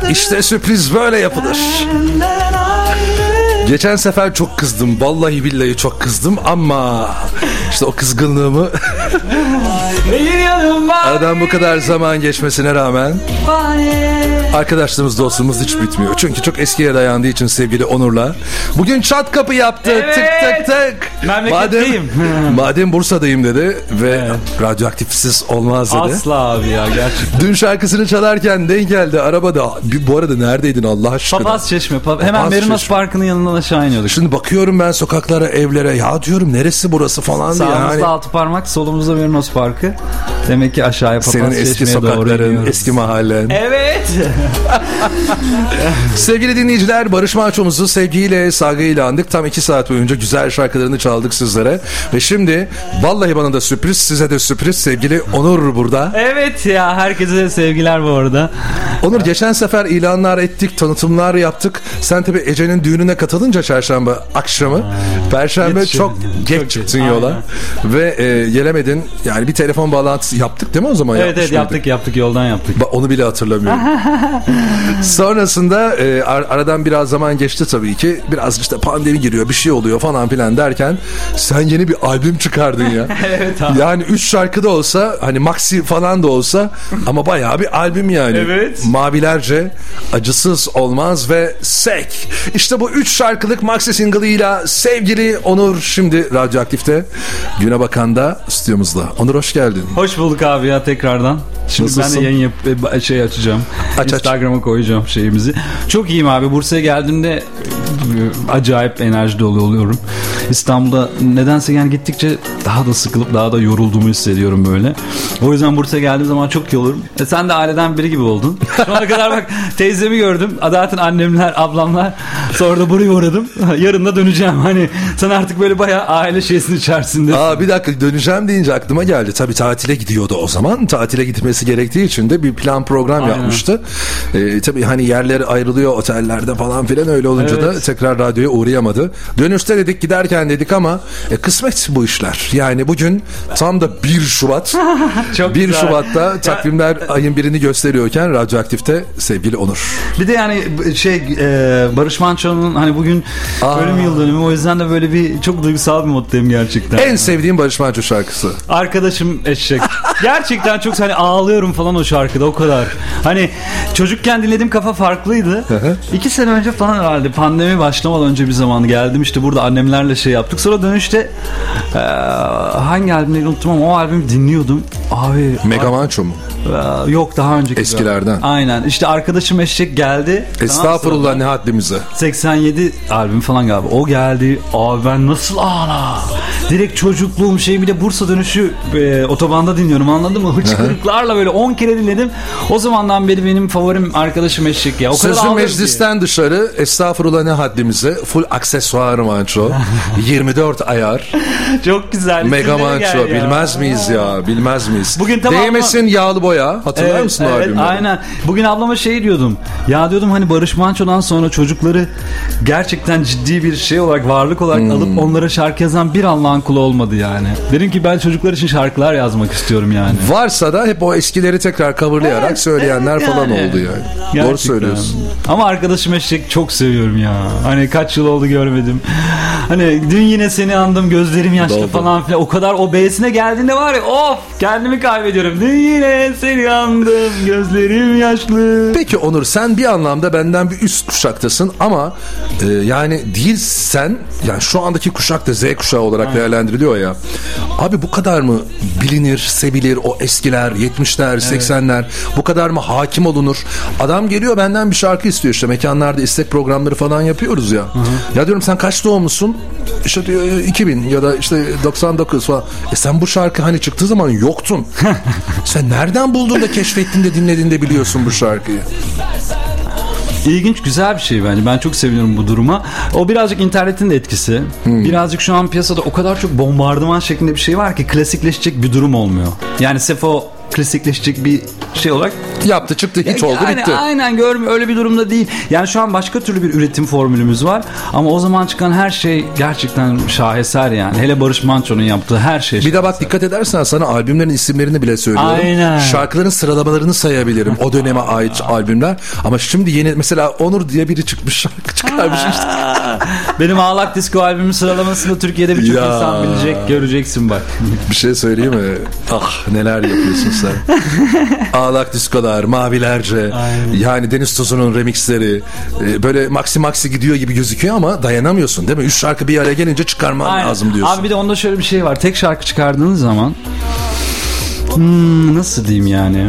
İşte sürpriz böyle yapılır. Geçen sefer çok kızdım. Vallahi billahi çok kızdım ama işte o kızgınlığımı aradan bu kadar zaman geçmesine rağmen arkadaşlığımız, dostluğumuz hiç bitmiyor. Çünkü çok eskiye dayandığı için sevgili Onur'la bugün çat kapı yaptı. Evet. Tık tık tık. Madem Bursa'dayım dedi ve radyoaktifsiz olmaz dedi. Asla abi ya, gerçekten. Dün şarkısını çalarken denk geldi arabada. Bu arada neredeydin Allah aşkına? Papaz Çeşme. Hemen Merinos Parkı'nın yanından aşağı iniyorduk. Şimdi bakıyorum ben sokaklara, evlere. Ya diyorum neresi burası falan diye. Sağımızda yani. Altı parmak, solumuzda Merinos Parkı. Demek ki aşağıya Papaz Çeşme'ye doğru. Senin eski sokakların, eski mahallen. Evet. Sevgili dinleyiciler, Barış Manço'muzu sevgiyle, saygıyla andık. Tam 2 saat boyunca güzel şarkılarını çaldık sizlere. Ve şimdi vallahi bana da sürpriz, size de sürpriz. Sevgili Onur burada. Evet ya, herkese de sevgiler bu arada. Onur, geçen sefer ilanlar ettik, tanıtımlar yaptık. Sen tabii Ece'nin düğününe katılınca çarşamba akşamı, perşembe çok geç çıktın yola. Ve gelemedin. Yani bir telefon bağlantısı yaptık değil mi o zaman? Evet yaptık, yoldan yaptık. Onu bile hatırlamıyorum. Sonrasında aradan biraz zaman geçti tabii ki. Biraz işte pandemi giriyor, bir şey oluyor falan filan derken sen yeni bir albüm çıkardın ya. Evet abi. Yani 3 şarkı da olsa, hani maxi falan da olsa ama bayağı bir albüm yani. Evet. Mavilerce, Acısız Olmaz ve Sek. İşte bu 3 şarkılık maxi single'ıyla sevgili Onur şimdi Radyoaktif'te, Güne Bakan'da stüdyomuzda. Onur, hoş geldin. Hoş bulduk abi ya, tekrardan. Şimdi nasılsın? Ben de yayın açacağım. Instagram'a koyacağım şeyimizi. Çok iyiyim abi. Bursa'ya geldiğimde acayip enerji dolu oluyorum. İstanbul'da nedense yani gittikçe daha da sıkılıp daha da yorulduğumu hissediyorum böyle. O yüzden Bursa'ya geldiğim zaman çok iyi olurum. Sen de aileden biri gibi oldun. Şu ana kadar bak, teyzemi gördüm. Zaten annemler, ablamlar. Sonra da buraya uğradım. Yarın da döneceğim. Hani sen artık böyle bayağı aile şeysinin içerisinde. Bir dakika, döneceğim deyince aklıma geldi. Tabii tatile gidiyordu o zaman. Tatile gitmesi gerektiği için de bir plan program yapmıştı. Tabii hani yerleri ayrılıyor otellerde falan filan, öyle olunca da tekrar radyoya uğrayamadı. Dönüşte dedik, giderken dedik ama kısmet bu işler. Yani bugün tam da 1 Şubat. 1 Şubat'ta takvimler ayın 1'ini gösteriyorken Radyoaktif'te sevgili Onur. Bir de yani Barış Manço'nun hani bugün ölüm yıl dönümü, o yüzden de böyle bir çok duygusal bir moddayım gerçekten. En sevdiğim Barış Manço şarkısı. Arkadaşım Eşek. Gerçekten çok hani ağlıyorum falan o şarkıda, o kadar. Hani çocukken dinlediğim kafa farklıydı. 2 sene önce falan herhalde, pandemi başlamadan önce bir zaman geldim işte burada annemlerle şey yaptık. Sonra dönüşte hangi albümleri unuttum ama o albümü dinliyordum. Abi. Mega Manço mu? Yok, daha önceki. Eskilerden. Aynen. İşte Arkadaşım Eşek geldi. Estağfurullah, ne haddimize. 87 albüm falan galiba. O geldi. Abi ben nasıl ağla. Direkt çocukluğum şey, bir de Bursa dönüşü otobanda dinliyorum, anladın mı? Hıçkırıklarla böyle 10 kere dinledim. O zamandan beri benim favorim Arkadaşım Eşek ya. O kadar Sözün meclisten diye. Dışarı, estağfurullah ne haddimize. Full aksesuar Manço. 24 ayar. Çok güzel. Mega Manço. Bilmez miyiz ya? Bilmez miyiz? Bugün Değmesin yağlı boya. Hatırlar mısın o albümü? Aynen. Bugün ablama şey diyordum. Ya diyordum, hani Barış Manço'dan sonra çocukları gerçekten ciddi bir şey olarak, varlık olarak alıp onlara şarkı yazan bir Allah'ın kulu olmadı yani. Dedim ki ben çocuklar için şarkılar yazmak istiyorum yani. Varsa da hep o eskileri tekrar coverlayarak söyleyenler falan oldu yani. Gerçekten. Doğru söylüyorsun. Ama Arkadaşım Eşek çok seviyorum ya. Hani kaç yıl oldu görmedim. Hani dün yine seni andım, gözlerim yaşlı falan filan. O kadar o B'sine geldiğinde var ya, of, kendimi kaybediyorum. Dün yine seni andım, gözlerim yaşlı. Peki Onur, sen bir anlamda benden bir üst kuşaktasın ama yani değilsen, yani şu andaki kuşak da Z kuşağı olarak değerlendiriliyor ya. Abi bu kadar mı bilinir, sevilir o eskiler, 70'ler, 80'ler, bu kadar mı hakim olunur? Adam geliyor benden bir şarkı istiyor, işte mekanlarda istek programları falan yapıyoruz ya. Ya diyorum, sen kaç doğumlusun? İşte diyor 2000 ya da işte 99 falan. Sen bu şarkı hani çıktığı zaman yoktun. Sen nereden buldun da keşfettin de dinledin de biliyorsun bu şarkıyı? İlginç, güzel bir şey bence. Ben çok seviniyorum bu duruma. O birazcık internetin de etkisi. Birazcık şu an piyasada o kadar çok bombardıman şeklinde bir şey var ki klasikleşecek bir durum olmuyor. Yani Sefo klasikleşecek bir şey olarak yaptı çıktı hiç oldu yani, bitti. Aynen görmüyor, öyle bir durumda değil. Yani şu an başka türlü bir üretim formülümüz var ama o zaman çıkan her şey gerçekten şaheser yani. Hele Barış Manço'nun yaptığı her şey. Bir de bak dikkat edersen sana albümlerin isimlerini bile söylüyorum. Aynen. Şarkıların sıralamalarını sayabilirim. O döneme ait albümler. Ama şimdi yeni mesela Onur diye biri çıkmış, şarkı çıkarmış işte. Benim Ağlak Disco albümün sıralamasını Türkiye'de birçok insan bilecek, göreceksin bak. Bir şey söyleyeyim mi? Ah neler yapıyorsun sen. Ağlak diskolar, mavilerce. Aynen. Yani Deniz Tuzun'un remixleri. Böyle maxi gidiyor gibi gözüküyor ama dayanamıyorsun değil mi? 3 şarkı bir araya gelince çıkarman lazım diyorsun. Abi bir de onda şöyle bir şey var. Tek şarkı çıkardığınız zaman nasıl diyeyim yani?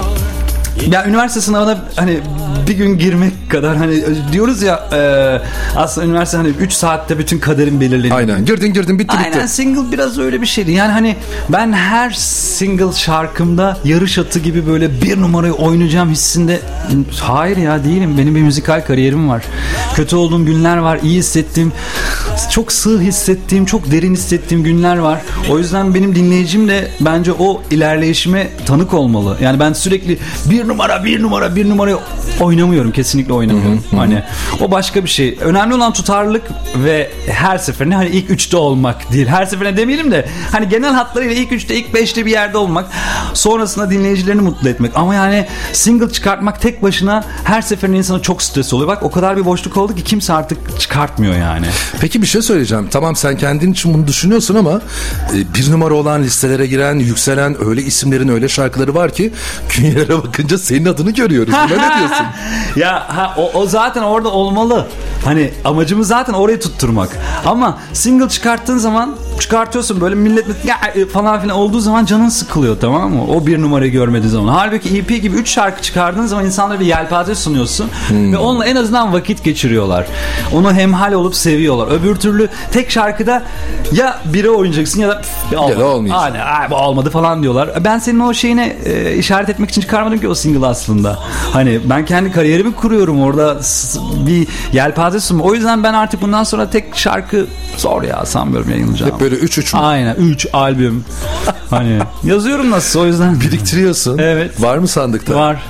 Ya üniversite sınavına hani bir gün girmek kadar hani diyoruz ya aslında üniversite hani 3 saatte bütün kaderin belirleniyor. Aynen girdin bitti. Aynen single biraz öyle bir şeydi. Yani hani ben her single şarkımda yarış atı gibi böyle bir numarayı oynayacağım hissinde hayır ya değilim. Benim bir müzikal kariyerim var. Kötü olduğum günler var. İyi hissettiğim, çok sığ hissettiğim, çok derin hissettiğim günler var. O yüzden benim dinleyicim de bence o ilerleyişime tanık olmalı. Yani ben sürekli bir numarayı oynamıyorum. Kesinlikle oynamıyorum. Hani o başka bir şey. Önemli olan tutarlılık ve her seferinde hani ilk 3'te olmak değil. Her seferinde demeyelim de hani genel hatlarıyla ilk 3'te, ilk 5'te bir yerde olmak. Sonrasında dinleyicilerini mutlu etmek. Ama yani single çıkartmak tek başına her seferinde insana çok stres oluyor. Bak o kadar bir boşluk oldu ki kimse artık çıkartmıyor yani. Peki bir şey söyleyeceğim. Tamam sen kendin için bunu düşünüyorsun ama bir numara olan listelere giren, yükselen öyle isimlerin öyle şarkıları var ki künyelere bakınca senin adını görüyoruz. Buna ne diyorsun? Ya o zaten orada olmalı. Hani amacımız zaten orayı tutturmak. Ama single çıkarttığın zaman çıkartıyorsun böyle millet falan filan olduğu zaman canın sıkılıyor, tamam mı? O bir numarayı görmediği zaman. Halbuki EP gibi 3 şarkı çıkardığın zaman insanlara bir yelpaze sunuyorsun ve onunla en azından vakit geçiriyorlar. Onu hemhal olup seviyorlar. Öbür türlü tek şarkıda ya biri oynayacaksın ya da olmadı. Bu olmadı falan diyorlar. Ben senin o şeyine işaret etmek için çıkarmadım ki o single aslında. Hani ben kendi kariyerimi kuruyorum orada bir yelpaze sunma. O yüzden ben artık bundan sonra tek şarkı zor ya, sanmıyorum yayınlayacağım. Hep böyle 3 mü? Aynen 3 albüm. Hani yazıyorum nasıl, o yüzden. Biriktiriyorsun. Evet. Var mı sandıkta? Var.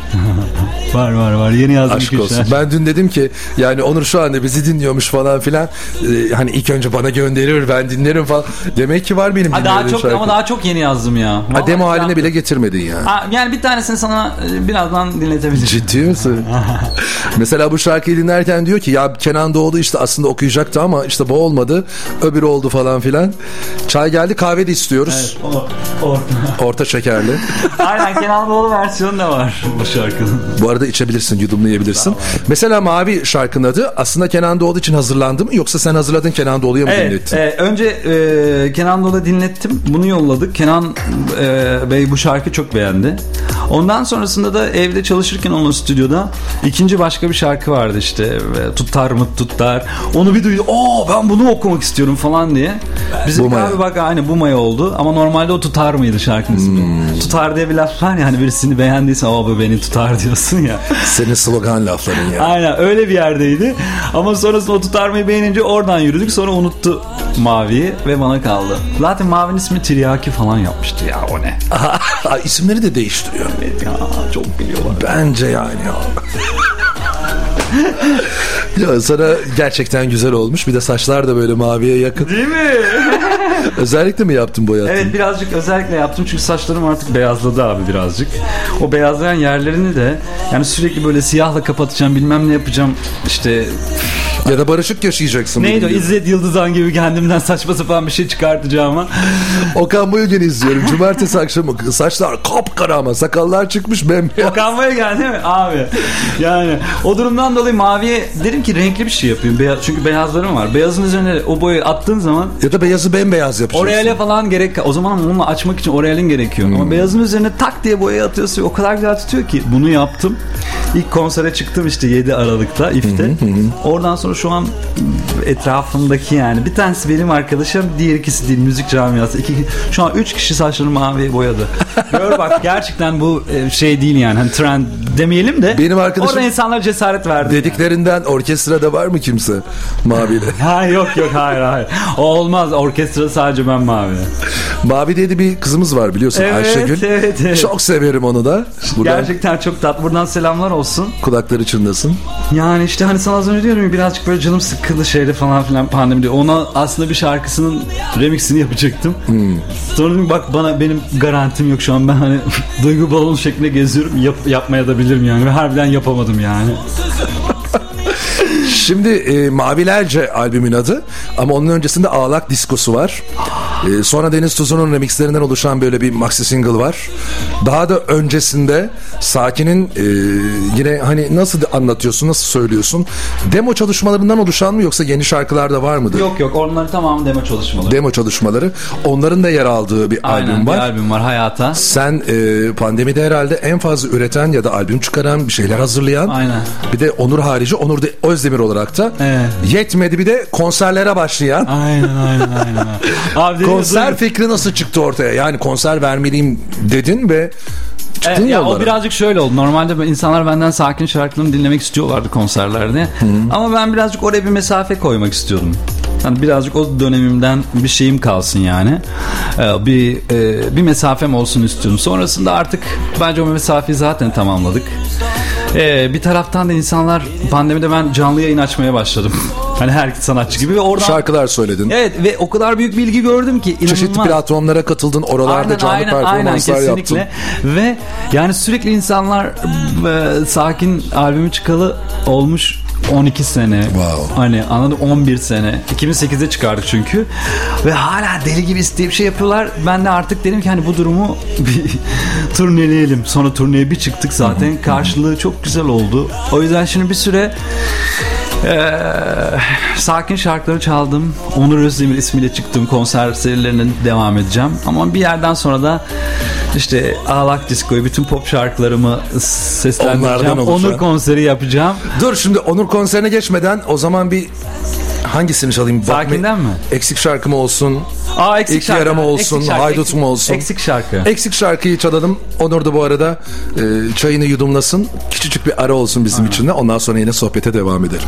var. Yeni yazdım. Aşk olsun. Ben dün dedim ki yani Onur şu anda bizi dinliyormuş falan filan. Hani ilk önce bana gönderir, ben dinlerim falan. Demek ki var benim dinlediğim şarkı. Ama daha çok yeni yazdım ya. Demo haline bile getirmedin yani. Yani bir tanesini sana birazdan dinletebilirim. Ciddi misin? Mesela bu şarkıyı dinlerken diyor ki ya Kenan Doğulu işte aslında okuyacaktı ama işte bu olmadı. Öbürü oldu falan filan. Çay geldi, kahve de istiyoruz. Evet, orta şekerli. Aynen, Kenan Doğulu versiyonu da var bu şarkının. Bu arada içebilirsin, yudumlayabilirsin. Tamam. Mesela Mavi şarkının adı aslında Kenan Doğulu için hazırlandı mı yoksa sen hazırladın Kenan Doğulu'ya mı dinlettin? Önce Kenan Doğulu'ya dinlettim. Bunu yolladık. Kenan Bey bu şarkı çok beğendi. Ondan sonrasında da evde çalışırken onun stüdyoda ikinci başka bir şarkı vardı işte. Tutar mı tutar. Onu bir duydu. Ben bunu okumak istiyorum falan diye. Bizim abi bak aynı bu maya oldu. Ama normalde o tutar mıydı şarkının ismi? Tutar diye bir laf var ya, hani birisini beğendiysen bu beni tutar diyorsun ya. Senin slogan lafların ya. Aynen öyle bir yerdeydi. Ama sonrasında o tutarmayı beğenince oradan yürüdük. Sonra unuttu Mavi'yi ve bana kaldı. Zaten Mavi'nin ismi Tiryaki falan yapmıştı ya, o ne? İsimleri de değiştiriyor. Evet ya, çok biliyorlar. Bence yani ya. Ya sana gerçekten güzel olmuş. Bir de saçlar da böyle maviye yakın. Değil mi? Özellikle mi yaptın, boyattın? Evet, birazcık özellikle yaptım çünkü saçlarım artık beyazladı abi birazcık. O beyazlayan yerlerini de yani sürekli böyle siyahla kapatacağım, bilmem ne yapacağım işte. Ya da barışık yaşayacaksın. Neydi o? İzzet Yıldızhan gibi kendimden saçma sapan bir şey çıkartacağıma. Okan Bayülgen'i izliyorum. Cumartesi akşamı saçlar kapkara ama sakallar çıkmış bembeyaz. Okan Bayülgen değil mi? Abi. Yani o durumdan dolayı Mavi'ye dedim ki renkli bir şey yapayım. Çünkü beyazlarım var. Beyazın üzerine o boyayı attığın zaman. Ya da beyazı bembeyaz yapacaksın. Oreale falan gerek. O zaman onunla açmak için orealin gerekiyor. Ama beyazın üzerine tak diye boyayı atıyorsun. O kadar güzel tutuyor ki. Bunu yaptım. İlk konsere çıktım işte 7 Aralık'ta İF'te. Oradan sonra şu an etrafımdaki yani bir tanesi benim arkadaşım, diğer ikisi değil, müzik camiası. Şu an 3 kişi saçlarını maviye boyadı. Gör bak, gerçekten bu şey değil yani. Hani trend demeyelim de. Benim arkadaşım orada insanlar cesaret verdi. Dediklerinden yani. Orkestrada var mı kimse maviyle? Ha yok hayır. O olmaz. Orkestra sadece ben mavi. Mavi diye de bir kızımız var biliyorsun, Ayşegül. Evet. Çok severim onu da. Buradan, gerçekten çok tatlı. Buradan selamlar olsun. Kulakları çınlasın. Yani işte hani sana az önce diyorum ya, birazcık böyle canım sıkıldı şeyde falan filan, pandemi diyor. Ona aslında bir şarkısının remixini yapacaktım. Sonra dedim bak, benim garantim yok şu an. Ben hani duygu balonu şeklinde geziyorum. Yapmaya da bilirim yani. Ve harbiden yapamadım yani. Şimdi Mavilerce albümün adı, ama onun öncesinde Ağlak Diskosu var. Sonra Deniz Tuzun'un remixlerinden oluşan böyle bir maxi single var. Daha da öncesinde Sakin'in yine hani nasıl anlatıyorsun, nasıl söylüyorsun? Demo çalışmalarından oluşan mı, yoksa yeni şarkılar da var mıdır? Yok, onların tamamı demo çalışmaları. Demo çalışmaları. Onların da yer aldığı bir albüm var. Bir albüm var, Hayata. Sen pandemide herhalde en fazla üreten ya da albüm çıkaran, bir şeyler hazırlayan. Aynen. Bir de Onur harici, Onur Özdemir olarak da. Evet. Yetmedi, bir de konserlere başlayan. Aynen. Abi, konser fikri nasıl çıktı ortaya? Yani konser vermeliyim dedin ve çıktın ya o birazcık şöyle oldu. Normalde insanlar benden Sakin şarkılarını dinlemek istiyorlardı konserlerde. Ama ben birazcık oraya bir mesafe koymak istiyordum. Yani birazcık o dönemimden bir şeyim kalsın yani. Bir mesafem olsun istiyorum. Sonrasında artık bence o mesafeyi zaten tamamladık. Bir taraftan da insanlar, pandemide ben canlı yayın açmaya başladım. Hani her sanatçı gibi, ve oradan şarkılar söyledin. Evet, ve o kadar büyük bir ilgi gördüm ki inanılmaz. Çeşitli platformlara katıldın, oralarda canlı performanslar yaptın. Ve yani sürekli insanlar Sakin albümü çıkalı olmuş 12 sene. Wow. Hani anladım, 11 sene. 2008'de çıkardık çünkü. Ve hala deli gibi isteyip şey yapıyorlar. Ben de artık dedim ki hani bu durumu bir turneleyelim. Sonra turneye bir çıktık zaten. Karşılığı çok güzel oldu. O yüzden şimdi bir süre Sakin şarkıları çaldım. Onur Özdemir ismiyle çıktım. Konser serilerine devam edeceğim. Ama bir yerden sonra da işte Ağlak Disko'yu, bütün pop şarkılarımı seslendireceğim. Onur konseri yapacağım. Dur, şimdi Onur konserine geçmeden o zaman bir hangisini çalayım? Sakin'den mi? Eksik şarkı mı olsun? Eksik İlk yara mı olsun? Haydut mu olsun? Eksik şarkı. Eksik şarkıyı çalalım. Onur da bu arada çayını yudumlasın. Küçücük bir ara olsun bizim için de. Ondan sonra yine sohbete devam edelim.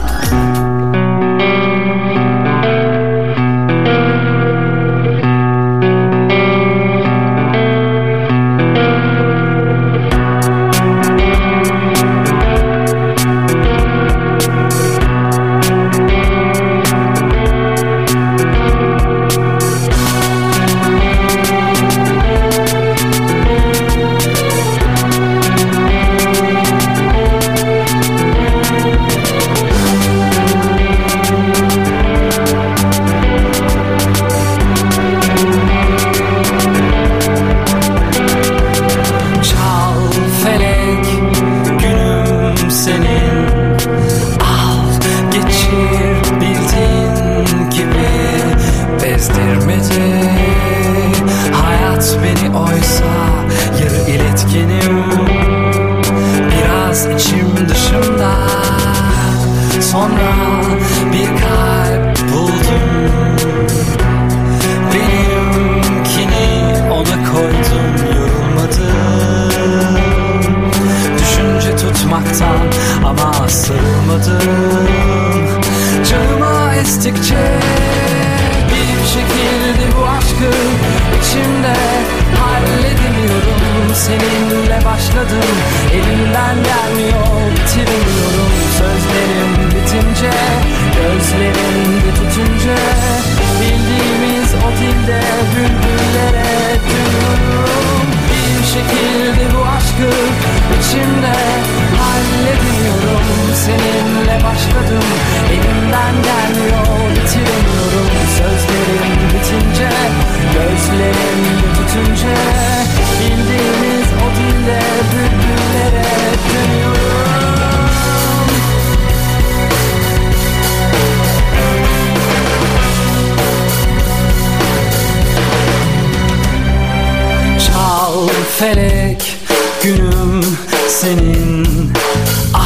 Felek, günüm senin.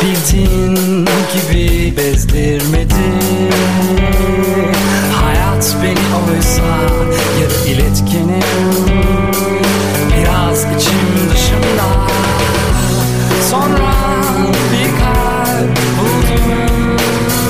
Bildiğin gibi bezdirmedi. Hayat beni oysa yarı iletkenim, biraz içim dışımda. Sonra bir kalp buldum,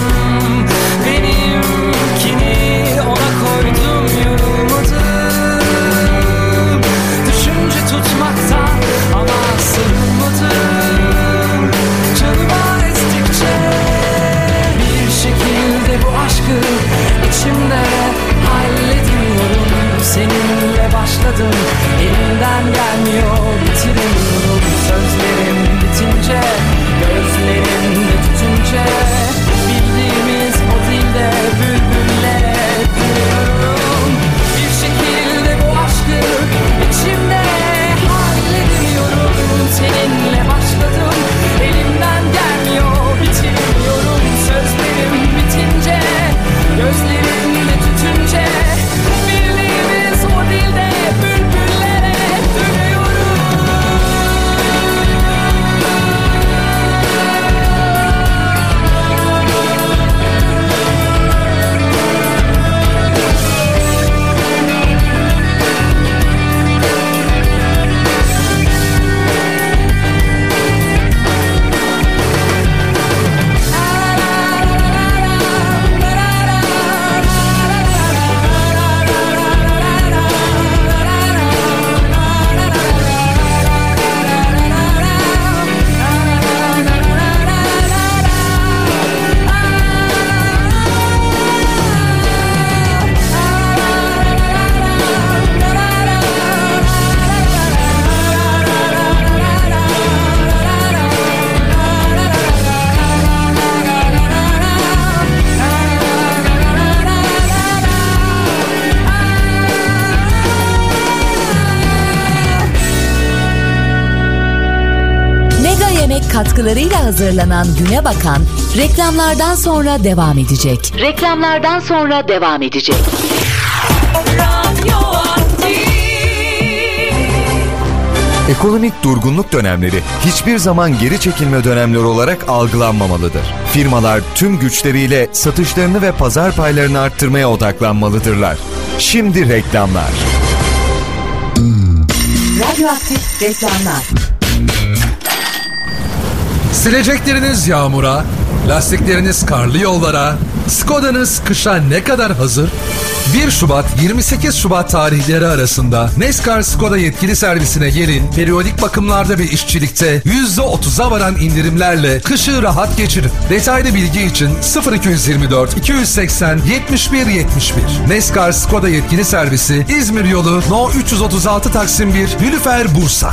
benimkini ona koydum, yorulmadım. Düşünce tutmaktan ama sığınmadım. Canıma estikçe bir şekilde bu aşkı içimde hallediyorum. Seninle başladım, elimden gelmiyor, bitiremiyorum. Sözlerim bitince, gözlerim de tutunca, bildiğimiz o dilde bülbüllere duyuyorum. Bir şekilde bu aşkı içimde halledemiyorum. Seninle başladım, elimden gelmiyor, bitiremiyorum. Sözlerim bitince, gözlerim de tutunca, bildiğimiz o dilde bülbüllere dönüyorum. Katkılarıyla hazırlanan Güne Bakan reklamlardan sonra devam edecek. Reklamlardan sonra devam edecek. Ekonomik durgunluk dönemleri hiçbir zaman geri çekilme dönemleri olarak algılanmamalıdır. Firmalar tüm güçleriyle satışlarını ve pazar paylarını arttırmaya odaklanmalıdırlar. Şimdi reklamlar. Radyoaktif reklamlar. Silecekleriniz yağmura, lastikleriniz karlı yollara, Skoda'nız kışa ne kadar hazır? 1 Şubat 28 Şubat tarihleri arasında Neskar Skoda yetkili servisine gelin, periyodik bakımlarda ve işçilikte %30'a varan indirimlerle kışı rahat geçirin. Detaylı bilgi için 0224 280 71 71. Neskar Skoda yetkili servisi, İzmir yolu No 336 Taksim 1, Nilüfer, Bursa.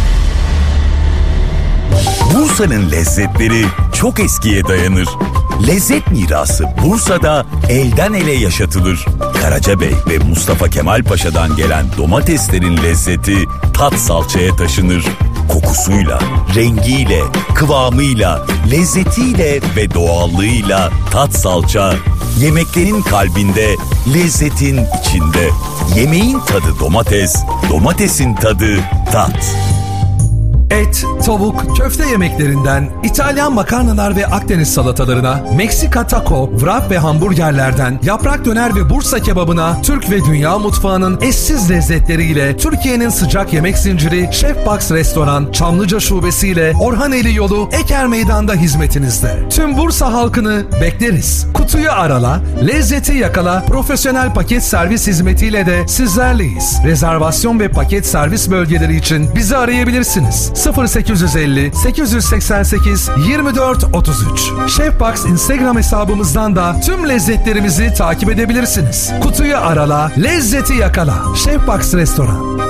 Bursa'nın lezzetleri çok eskiye dayanır. Lezzet mirası Bursa'da elden ele yaşatılır. Karacabey ve Mustafa Kemal Paşa'dan gelen domateslerin lezzeti tat salçaya taşınır. Kokusuyla, rengiyle, kıvamıyla, lezzetiyle ve doğallığıyla tat salça, yemeklerin kalbinde, lezzetin içinde. Yemeğin tadı domates, domatesin tadı tat. Et, tavuk, köfte yemeklerinden İtalyan makarnalar ve Akdeniz salatalarına, Meksika taco, wrap ve hamburgerlerden yaprak döner ve Bursa kebabına, Türk ve dünya mutfağının eşsiz lezzetleriyle Türkiye'nin sıcak yemek zinciri Şefbox Restoran Çamlıca Şubesi'yle Orhaneli yolu Eker Meydan'da hizmetinizde. Tüm Bursa halkını bekleriz. Kutuyu arala, lezzeti yakala, profesyonel paket servis hizmetiyle de sizlerleyiz. Rezervasyon ve paket servis bölgeleri için bizi arayabilirsiniz. 0850 888 24 33. Şefbox Instagram hesabımızdan da tüm lezzetlerimizi takip edebilirsiniz. Kutuyu arala, lezzeti yakala. Şefbox Restoran.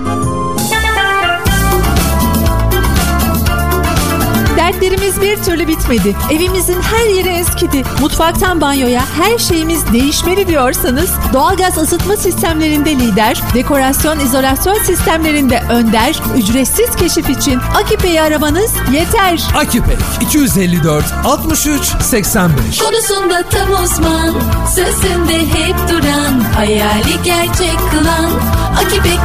Dertlerimiz bir türlü bitmedi. Evimizin her yeri eskidi. Mutfaktan banyoya her şeyimiz değişmeli diyorsanız, doğalgaz ısıtma sistemlerinde lider, dekorasyon izolasyon sistemlerinde önder, ücretsiz keşif için Akipek'i aramanız yeter. Akipek 254 63 85. Konusunda tam uzman, sözünde hep duran, hayali gerçek kılan Akipek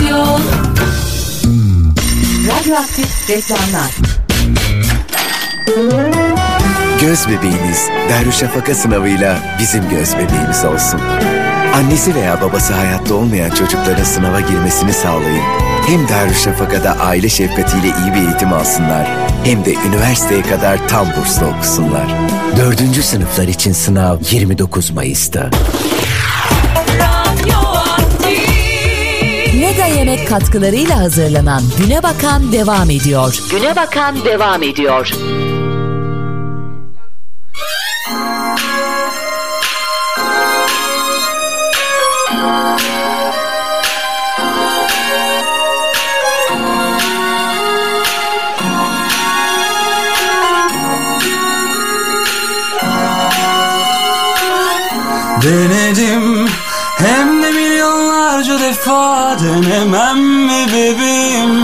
Dekorasyon. Radyoaktif reklamlar. Göz bebeğiniz Darüşşafaka sınavıyla bizim göz bebeğimiz olsun. Annesi veya babası hayatta olmayan çocukların sınava girmesini sağlayın. Hem Darüşşafaka'da aile şefkatiyle iyi bir eğitim alsınlar, hem de üniversiteye kadar tam burslu okusunlar. 4. sınıflar için sınav 29 Mayıs'ta. Mega Yemek katkılarıyla hazırlanan Güne Bakan devam ediyor. Güne Bakan devam ediyor. Denedim hem de milyonlarca defa, denemem mi bebeğim?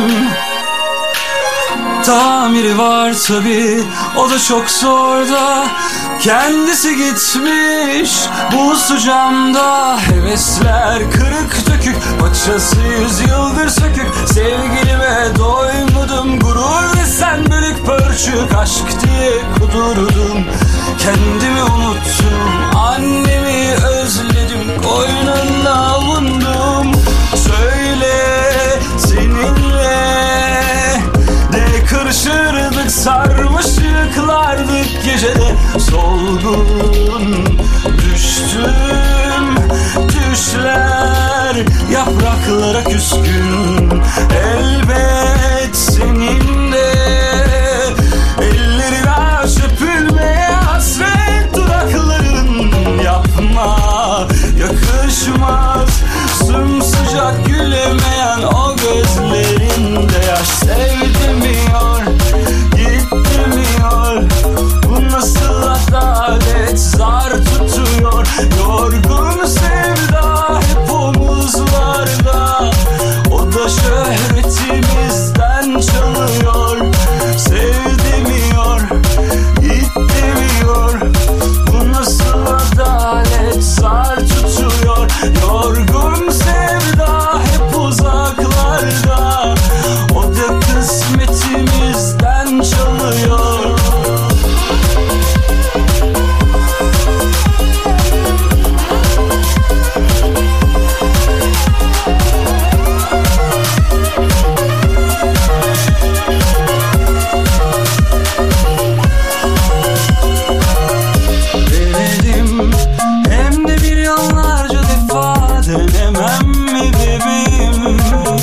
Tamiri var tabi, o da çok zor da. Kendisi gitmiş bu sucamda. Hevesler kırık dökük, paçası 100 yıldır sökük. Sevgilime doymadım, gurur ve sen bölük pörçük. Aşk diye kudurdum, kendimi unuttum. Annemi özledim, koynunda avundum. Söyle seninle ne kırışırdık, sarmaşıklardık gecede. Solgun düştüm, düşler yapraklara küskün. Elbet senin de ellerin çöpülmeye hasret dudakların. Yapma, yakışmaz sımsıcak gülemeyen o gözlerinde yaş. Sevdimiyor, gitmiyor, bu nasıl adalet, zar tutuyor. Yorgun sevda hep omuzlarda, o da şöhretimizden çalıyor. Sevdimiyor, gitmiyor, bu nasıl adalet, zar tutuyor. Yorgun sevda hep uzaklarda, o da kısmetimizden çalıyor. Denedim hem de milyonlarca defa, denemem mi bebeğim?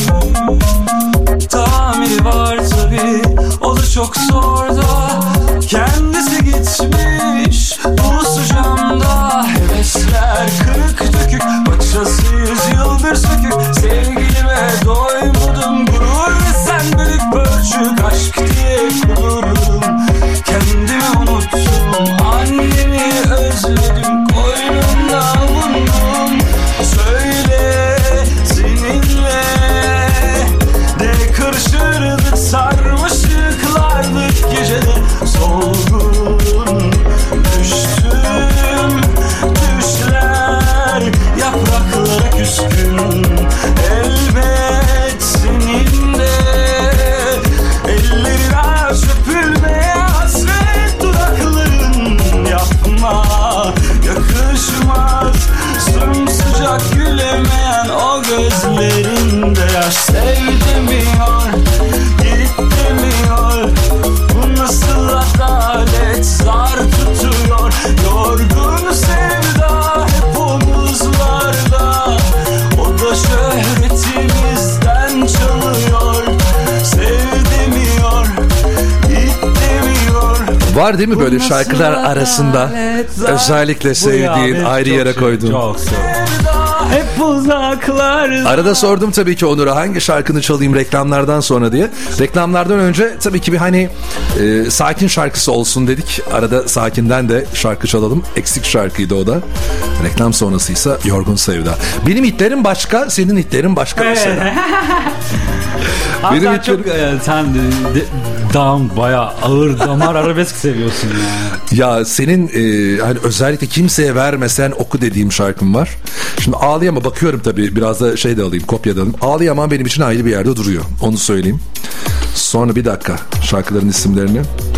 Tamiri var tabi, o da çok zor da. Kendisi gitmiş bu sucamda. Hevesler kırık dökük, paçası 100 yıldır sökük. Sevgilime doymadım, gurur ve sen bölük pörçük. Aşk diye kudurdum, kendimi unuttum. Annemi özledim, koynumda avundum. Söyle seninle ne kırışırdık, sarmaşıklardık gecede. Solgun düştüm, düşler yapraklara küskün. Elbet senin de ellerine çöpülmeye hasret dudakların. Yapma, yakışmaz sımsıcak gülemeyen o gözlerinde yaş. Sevdimiyor, gitmiyor, bu nasıl adalet, zar tutuyor. Yorgun sevda hep omuzlarda, o da şöhretimizden çalıyor. Sevdimiyor, gitmiyor. Var değil mi böyle şarkılar arasında özellikle sevdiğin, ayrı yere koyduğun? Çok hep uzaklar. Arada sordum tabii ki Onur'a hangi şarkını çalayım reklamlardan sonra diye. Reklamlardan önce tabii ki bir hani sakin şarkısı olsun dedik. Arada sakinden de şarkı çalalım. Eksik şarkıydı o da. Reklam sonrasıysa Yorgun Sevda. Benim hitlerim başka, senin hitlerin başka mesela. Benim hitlerim... çok sen bayağı ağır damar arabesk seviyorsun ya. Ya senin hani özellikle kimseye vermesen oku dediğim şarkım var. Şimdi Ağlayama bakıyorum tabii, biraz da şey de alayım, kopya da alayım. Ağlayamam benim için ayrı bir yerde duruyor. Onu söyleyeyim. Sonra bir dakika şarkıların isimlerini.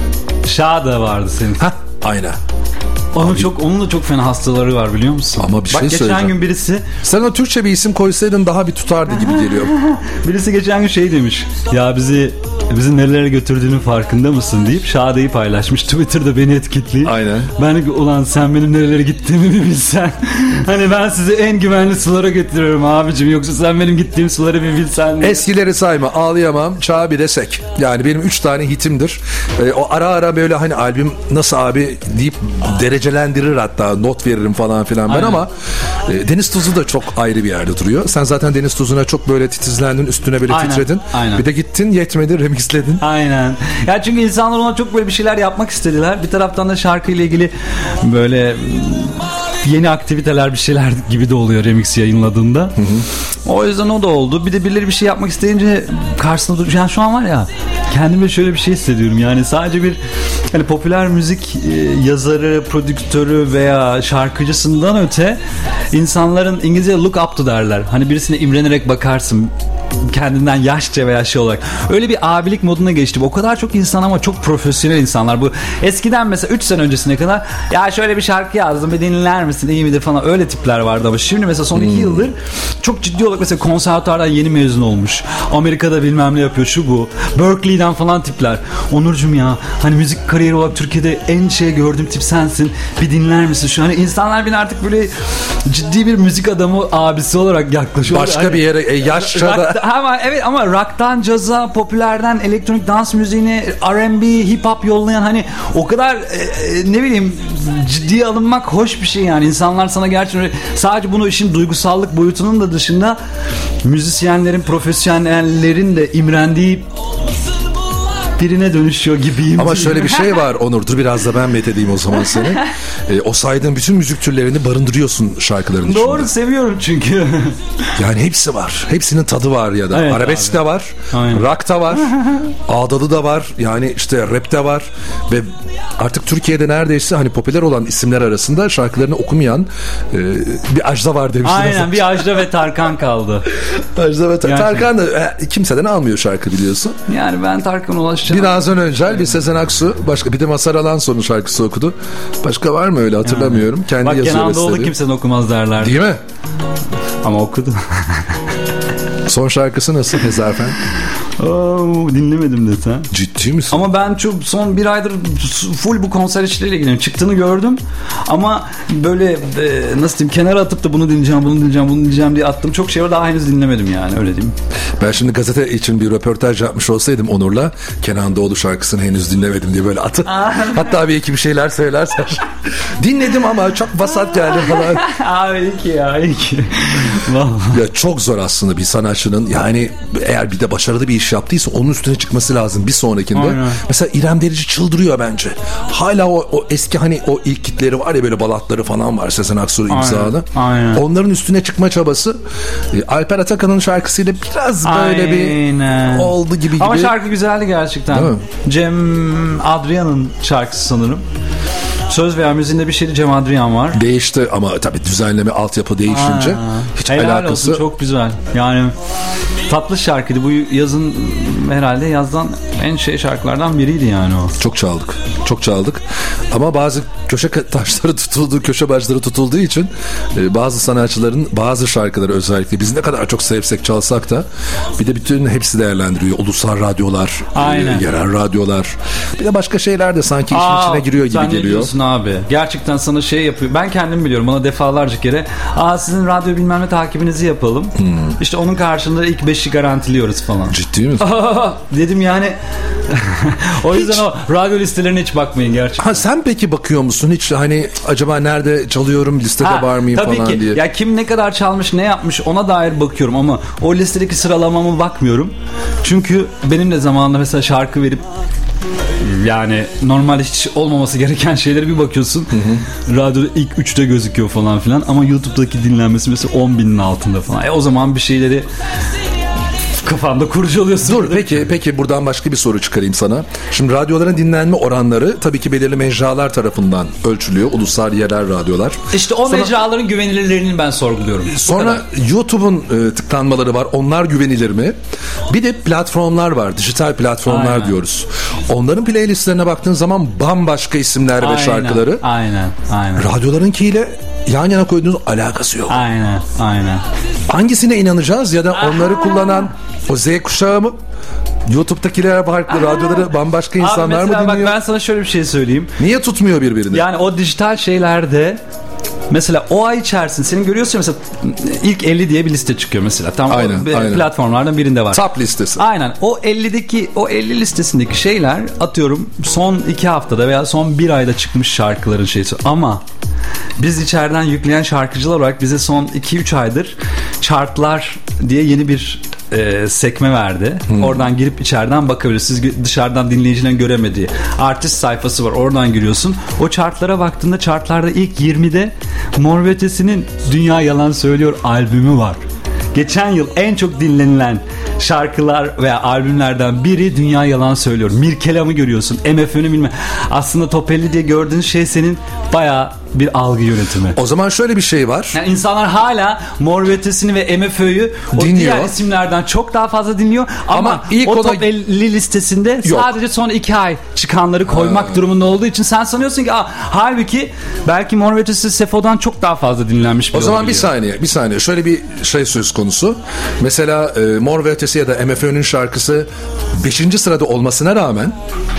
Şada vardı senin. Hah, aynen. Onun da çok fena hastaları var biliyor musun? Ama bir şey söyleyeceğim. Geçen gün birisi... Sen o Türkçe bir isim koysaydın daha bir tutardı gibi geliyor. Birisi geçen gün şey demiş. Ya bizi nerelere götürdüğünün farkında mısın deyip Şade'yi paylaşmış. Twitter'da beni etiketleyip. Aynen. Ben de ulan sen benim nerelere gittiğimi bir bilsen. Hani ben sizi en güvenli sulara götürüyorum abicim. Yoksa sen benim gittiğim suları bir bilsen. Eskileri sayma, ağlayamam, çağ bir de sek. Yani benim 3 tane hitimdir. O ara ara böyle hani albüm nasıl abi deyip derecelendirir, hatta not veririm falan filan ben. Aynen. Ama Deniz Tuzu da çok ayrı bir yerde duruyor. Sen zaten Deniz Tuzu'na çok böyle titizlendin, üstüne böyle aynen, titredin. Aynen. Bir de gittin, yetmedi, remixledin. Aynen. Ya çünkü insanlar ona çok böyle bir şeyler yapmak istediler. Bir taraftan da şarkıyla ilgili böyle yeni aktiviteler, bir şeyler gibi de oluyor remix yayınladığında. Hı hı. O yüzden o da oldu. Bir de birileri bir şey yapmak isteyince karşısında duruyor. Yani şu an var ya, kendime şöyle bir şey hissediyorum. Yani sadece bir hani popüler müzik yazarı, prodüktörü veya şarkıcısından öte insanların İngilizce look up to derler. Hani birisine imrenerek bakarsın, kendinden yaşça veya şey olarak. Öyle bir abilik moduna geçtim. O kadar çok insan ama çok profesyonel insanlar. Bu eskiden mesela 3 sene öncesine kadar ya şöyle bir şarkı yazdım, bir dinler misin, iyi midir falan, öyle tipler vardı. Ama şimdi mesela son 2 yıldır çok ciddi olarak mesela konservatuardan yeni mezun olmuş, Amerika'da bilmem ne yapıyor, şu bu, Berkeley'den falan tipler. Onurcuğum ya, hani müzik kariyeri olarak Türkiye'de en şey gördüğüm tip sensin, bir dinler misin şu? Hani insanlar beni artık böyle ciddi bir müzik adamı abisi olarak yaklaşıyor. Başka hani, bir yere yaşça da ama rock'tan caza, popülerden elektronik dans müziğine, R&B, hip hop yollayan, hani o kadar ne bileyim, ciddiye alınmak hoş bir şey yani. İnsanlar sana gerçekten sadece bunu işin duygusallık boyutunun da dışında müzisyenlerin, profesyonellerin de imrendiği birine dönüşüyor gibiyim. Ama şöyle bir şey var Onur, dur biraz da ben methedeyim o zaman seni. O saydığın bütün müzik türlerini barındırıyorsun şarkıların içinde. Doğru, seviyorum çünkü. Yani hepsi var. Hepsinin tadı var ya da. Evet, arabesk de var. Aynen. Rock da var. Ağdalı da var. Yani işte rap de var. Ve artık Türkiye'de neredeyse hani popüler olan isimler arasında şarkılarını okumayan bir Ajda var demiştin. Aynen, bir Ajda ve Tarkan kaldı. Ajda ve Tarkan da kimseden almıyor şarkı, biliyorsun. Yani ben Tarkan'a ulaşacağım. Biraz öncel bir Sezen Aksu, başka bir de Mazhar Alanso'nun şarkısı okudu. Başka var mı öyle, hatırlamıyorum. Yani. Kendi bak, yazıyor. Kenan Doğulu kimsenin okumaz derler. Değil mi? Ama okudu. Son şarkısı nasıl Hezarfen? Dinlemedim de sen. Ciddi misin? Ama ben çok son bir aydır full bu konser işleriyle ilgileniyorum. Çıktığını gördüm ama böyle nasıl diyeyim, kenara atıp da bunu dinleyeceğim diye attım. Çok şey var, daha henüz dinlemedim yani, öyle diyeyim. Ben şimdi gazete için bir röportaj yapmış olsaydım Onur'la, Kenan Doğulu şarkısını henüz dinlemedim diye böyle hatta bir iki bir şeyler söylersen dinledim ama çok vasat geldi falan. Abi iyi ki. Vallahi. Ya çok zor aslında bir sanatçının, yani eğer bir de başarılı bir iş yaptıysa onun üstüne çıkması lazım bir sonrakinde. Aynen. Mesela İrem Derici çıldırıyor bence. Hala o eski hani o ilk kitleri var ya, böyle balatları falan var Sezen Aksu imzalı. Aynen. Onların üstüne çıkma çabası. Alper Atakan'ın şarkısıyla biraz böyle bir oldu gibi. Ama şarkı güzeldi gerçekten. Cem Adrian'ın şarkısı sanırım. Söz veya müziğinde bir şeydi, Cem Adrian var. Değişti ama tabii düzenleme, altyapı değişince hiç helal alakası. Olsun, çok güzel. Yani tatlı şarkıydı. Bu yazın herhalde yazdan en şarkılardan biriydi yani o. Çok çaldık. Ama bazı köşe taşları tutuldu, köşe başları tutulduğu için bazı sanatçıların bazı şarkıları, özellikle biz ne kadar çok sevsek çalsak da bir de bütün hepsi değerlendiriyor. Ulusal radyolar, yerel radyolar. Bir de başka şeyler de sanki işin içine giriyor gibi geliyor. Ne diyorsun abi? Gerçekten sana şey yapıyor. Ben kendim biliyorum. Bana defalarca kere sizin radyo bilmem ne takibinizi yapalım. İşte onun karşılığında ilk 5'i garantiliyoruz falan. Ciddi misin? Dedim yani. O yüzden o radyo listelerine hiç bakmayın gerçekten. Sen peki bakıyor musun hiç, hani acaba nerede çalıyorum, listede var mıyım tabii falan ki. diye? Ya kim ne kadar çalmış, ne yapmış ona dair bakıyorum ama o listedeki sıralamama bakmıyorum. Çünkü benim de zamanında mesela şarkı verip, yani normalde hiç olmaması gereken şeylere bir bakıyorsun. Radyoda ilk 3'te gözüküyor falan filan ama YouTube'daki dinlenmesi mesela 10.000'in altında falan. O zaman bir şeyleri Kafanda kurcalıyorsun. Dur peki buradan başka bir soru çıkarayım sana. Şimdi radyoların dinlenme oranları tabii ki belirli mecralar tarafından ölçülüyor. Ulusal yerel radyolar. İşte o mecraların güvenilirliğini ben sorguluyorum. Sonra YouTube'un tıklanmaları var. Onlar güvenilir mi? Bir de platformlar var. Dijital platformlar Aynen. diyoruz. Onların playlistlerine baktığın zaman bambaşka isimler ve şarkıları. Aynen. Radyolarınkiyle yan yana koyduğunuz alakası yok. Aynen. Hangisine inanacağız ya da onları kullanan o Z kuşağı mı? YouTube'dakiler farklı, radyoları bambaşka insanlar mı dinliyor? Bak ben sana şöyle bir şey söyleyeyim. Niye tutmuyor birbirini? Yani o dijital şeylerde mesela o ay içerisinde senin görüyorsun mesela ilk 50 diye bir liste çıkıyor mesela. Tam aynen. Platformlardan birinde var. Top listesi. Aynen. O 50 listesindeki şeyler atıyorum son 2 haftada veya son 1 ayda çıkmış şarkıların şeysi. Ama biz içeriden yükleyen şarkıcılar olarak bize son 2-3 aydır chartlar diye yeni bir sekme verdi. Oradan girip içeriden bakabilirsiniz. Siz dışarıdan dinleyicilerin göremediği artist sayfası var. Oradan giriyorsun. O chartlara baktığında chartlarda ilk 20'de Mor ve Ötesi'nin Dünya Yalan Söylüyor albümü var. Geçen yıl en çok dinlenilen şarkılar veya albümlerden biri Dünya Yalan Söylüyor. Mirkelam'ı görüyorsun. MFÖ'nü bilmem. Aslında Top 50 diye gördüğün şey senin bayağı bir algı yönetimi. O zaman şöyle bir şey var. Yani insanlar hala Mor ve Ötesi'ni ve MFÖ'yü o dinliyor. Diğer isimlerden çok daha fazla dinliyor. Ama ilk o Top 50 listesinde yok. Sadece son 2 ay çıkanları koymak durumunda olduğu için sen sanıyorsun ki halbuki belki Mor ve Ötesi Sefo'dan çok daha fazla dinlenmiş bir. O zaman bir saniye. Şöyle bir şey söz konusu. Mesela Mor ve Ötesi ya da MFÖ'nün şarkısı 5. sırada olmasına rağmen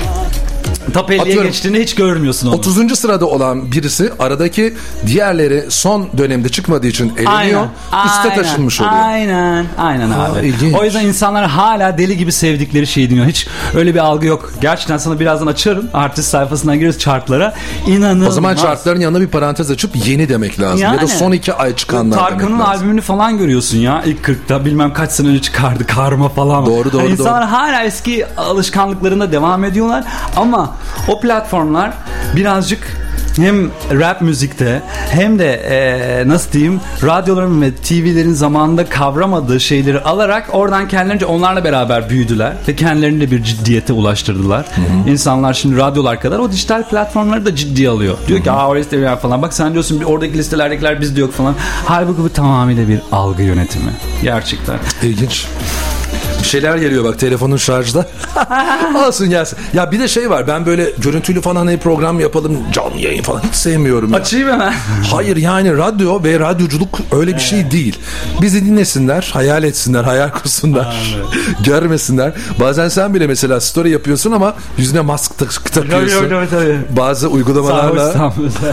Top 50'ye geçtiğini hiç görmüyorsun onu. 30. sırada olan birisi aradaki diğerleri son dönemde çıkmadığı için eleniyor. Üste taşınmış oluyor. Aynen abi. İlginç. O yüzden insanlar hala deli gibi sevdikleri şeyi dinliyor. Hiç öyle bir algı yok. Gerçekten sana birazdan açarım. Artist sayfasından giriyoruz chartlara. İnanılmaz. O zaman chartların yanına bir parantez açıp yeni demek lazım. Ya da son 2 ay çıkanlar demek lazım. Tarkan'ın albümünü falan görüyorsun ya. İlk 40'ta bilmem kaç sene önce çıkardı. Karma falan. Doğru. İnsanlar hala eski alışkanlıklarında devam ediyorlar. Ama o platformlar birazcık hem rap müzikte hem de nasıl diyeyim radyoların ve TV'lerin zamanında kavramadığı şeyleri alarak oradan kendilerince onlarla beraber büyüdüler ve kendilerini de bir ciddiyete ulaştırdılar. İnsanlar şimdi radyolar kadar o dijital platformları da ciddiye alıyor. Diyor ki o listeler falan bak sen diyorsun oradaki listelerdekiler bizde yok falan. Halbuki bu tamamıyla bir algı yönetimi. Gerçekten. İlginç. Bir şeyler geliyor bak telefonun şarjda. Olsun gelsin. Ya bir de şey var ben böyle görüntülü falan hani program yapalım canlı yayın falan hiç sevmiyorum ya. Açayım hemen. Hayır yani radyo ve radyoculuk öyle bir şey değil. Bizi dinlesinler, hayal etsinler, hayal kursunlar. Görmesinler. Bazen sen bile mesela story yapıyorsun ama yüzüne mask takıyorsun. Tabii. Bazı uygulamalarla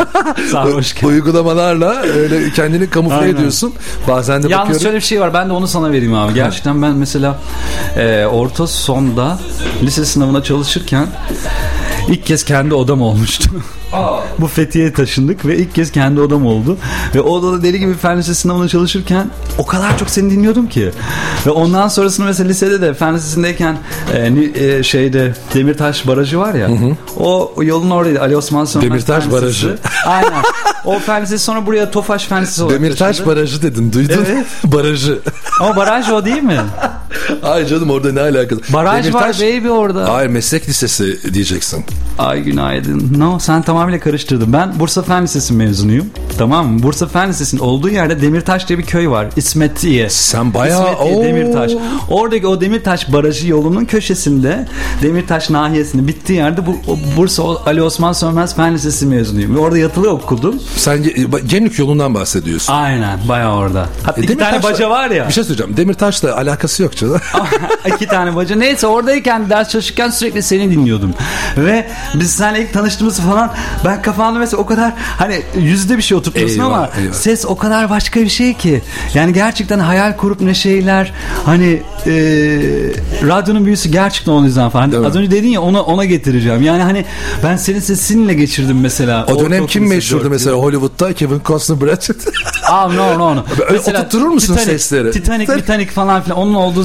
uygulamalarla öyle kendini kamufle ediyorsun. Bazen de yalnız bakıyorum. şöyle bir şey var ben de onu sana vereyim abi. Gerçekten ben mesela orta sonda lise sınavına çalışırken ilk kez kendi odam olmuştu. Bu Fethiye'ye taşındık ve ilk kez kendi odam oldu. Ve o odada deli gibi fen lisesi sınavına çalışırken o kadar çok seni dinliyordum ki. Ve ondan sonrasında mesela lisede de fen lisesindeyken şeyde Demirtaş Barajı var ya. O yolun oradaydı. Ali Osman Sönmez Demirtaş Barajı. Aynen. O fen lisesi sonra buraya Tofaş Fen Lisesi olarak Demirtaş taşındı. Barajı dedin. Duydun? Evet. Barajı. Ama baraj o değil mi? Ay canım orada ne alakası? Baraj Demirtaş, var baby orada. Hayır meslek lisesi diyeceksin. Ay günaydın. No sen tamamıyla karıştırdın. Ben Bursa Fen Lisesi mezunuyum. Tamam mı? Bursa Fen Lisesi'nin olduğu yerde Demirtaş diye bir köy var. İsmetiye. Sen bayağı Demirtaş. Oradaki o Demirtaş Barajı yolunun köşesinde Demirtaş nahiyesinin bittiği yerde bu Bursa Ali Osman Sönmez Fen Lisesi mezunuyum. Ve orada yatılı okudum. Sen Gemlik yolundan bahsediyorsun. Aynen bayağı orada. Hatta 2 tane baca var ya. Bir şey söyleyeceğim. Demirtaş'la alakası yok canım. 2 tane baca. Neyse oradayken ders çalışırken sürekli seni dinliyordum. Ve biz seninle ilk tanıştığımız falan ben kafamda mesela o kadar hani yüzde bir şey oturtuyorsun ama ses o kadar başka bir şey ki. Yani gerçekten hayal kurup ne şeyler hani radyonun büyüsü gerçekten o yüzden falan. Hani az önce dedin ya ona getireceğim. Yani hani ben senin sesinle geçirdim mesela. O dönem kim meşhurdu mesela Hollywood'da? Kevin Costner, Brad Pitt. No. Mesela, oturtturur musun Titanic, sesleri? Titanic falan filan onun olduğu zaman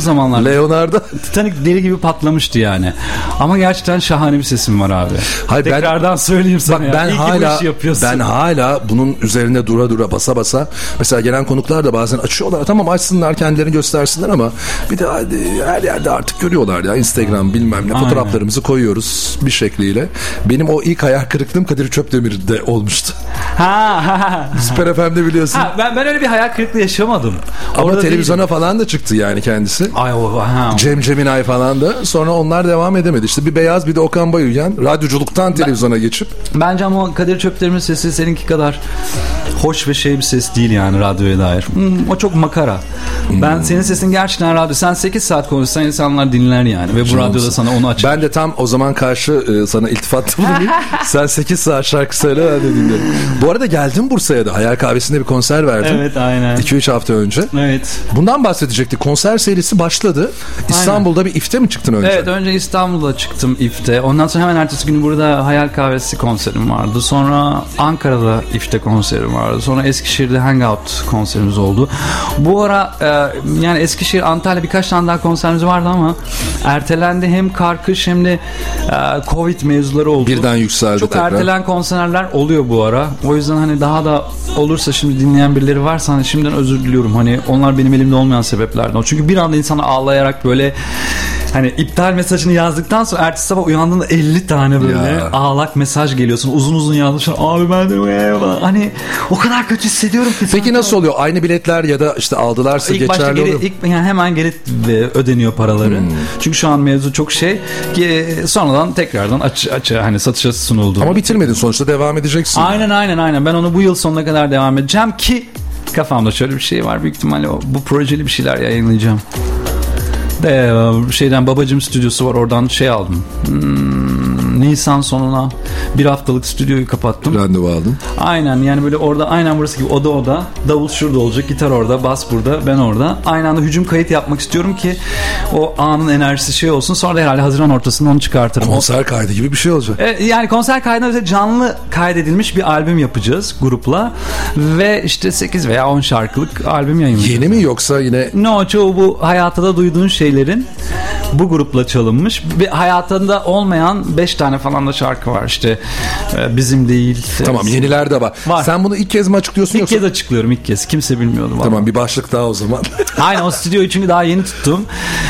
zamanlar. Leonardo. Titanic deli gibi patlamıştı yani. Ama gerçekten şahane bir sesim var abi. Hayır, tekrardan söyleyeyim sana. Bak, ben hala bunun üzerine dura basa basa, mesela gelen konuklar da bazen açıyorlar, tamam açsınlar kendilerini göstersinler ama bir de her yerde artık görüyorlar ya, Instagram bilmem ne, fotoğraflarımızı koyuyoruz bir şekliyle. Benim o ilk hayal kırıklığım Kadir Çöpdemir'de olmuştu. Süper FM'de biliyorsun. Ben öyle bir hayal kırıklığı yaşamadım. Ama orada televizyona değilim falan da çıktı yani kendisi. Ay Cem Ceminay falan da. Sonra onlar devam edemedi. İşte bir Beyaz bir de Okan Bayülgen radyoculuktan televizyona geçip. Bence ama Kadir Çöpdemir'in sesi seninki kadar hoş ve bir ses değil yani radyoya dair. O çok makara. Ben senin sesin gerçekten radyo. Sen 8 saat konuşsan insanlar dinler yani. Ve bu radyoda sana onu açar. Ben de tam o zaman karşı sana iltifatta bulunayım. Sen 8 saat şarkı söyle, ben de dinlerim. Bu arada geldim Bursa'ya da. Hayal Kahvesi'nde bir konser verdim. Evet, aynen. 2-3 hafta önce. Evet. Bundan bahsedecektik. Konser serisi başladı. İstanbul'da bir İF'te mi çıktın önce? Evet, önce İstanbul'da çıktım İF'te. Ondan sonra hemen ertesi gün burada Hayal Kahvesi konserim vardı. Sonra Ankara'da İF'te konserim vardı. Sonra Eskişehir'de Hangout konserimiz oldu. Bu ara yani Eskişehir, Antalya birkaç tane daha konserimiz vardı ama ertelendi. Hem kar kış hem de Covid mevzuları oldu. Birden yükseldi çok tekrar. Ertelen konserler oluyor bu ara. O yüzden hani daha da olursa, şimdi dinleyen birileri varsa hani şimdiden özür diliyorum. Hani onlar benim elimde olmayan sebeplerden. Çünkü bir anda insana ağlayarak böyle hani iptal mesajını yazdıktan sonra ertesi sabah uyandığında 50 tane böyle ağlak mesaj geliyorsun. Uzun uzun yazmışlar. Abi ben de hani o kadar kötü hissediyorum ki. Peki nasıl oluyor? Aynı biletler ya da işte aldılarsa İlk geçerli oluyor? Yani hemen geri ödeniyor paraları. Çünkü şu an mevzu çok sonradan tekrardan hani satışa sunuldu. Ama bitirmedin sonuçta, devam edeceksin. Aynen. Ben onu bu yıl sonuna kadar devam edeceğim ki kafamda şöyle bir şey var. Büyük ihtimalle bu projeli bir şeyler yayınlayacağım. Babacım stüdyosu var, oradan aldım. Nisan sonuna bir haftalık stüdyoyu kapattım. Randevu aldım. Aynen, yani böyle orada aynen burası gibi oda davul şurada olacak, gitar orada, bas burada, ben orada. Aynı anda hücum kayıt yapmak istiyorum ki o anın enerjisi olsun. Sonra da herhalde Haziran ortasında onu çıkartırım. Konser kaydı gibi bir şey olacak. Yani konser kaydına canlı kaydedilmiş bir albüm yapacağız grupla ve işte 8 veya 10 şarkılık albüm yayınlayacağız. Yeni mi yoksa yine? No, çoğu bu hayatta duyduğun şeylerin bu grupla çalınmış. Bir hayatında olmayan 5 tane falan da şarkı var işte. Bizim değil. Tamam, yeniler de var. Sen bunu ilk kez mi açıklıyorsun yoksa? İlk kez açıklıyorum, ilk kez. Kimse bilmiyordu. Tamam, vallahi. bir başlık daha o zaman. Aynen, o stüdyoyu çünkü daha yeni tuttum.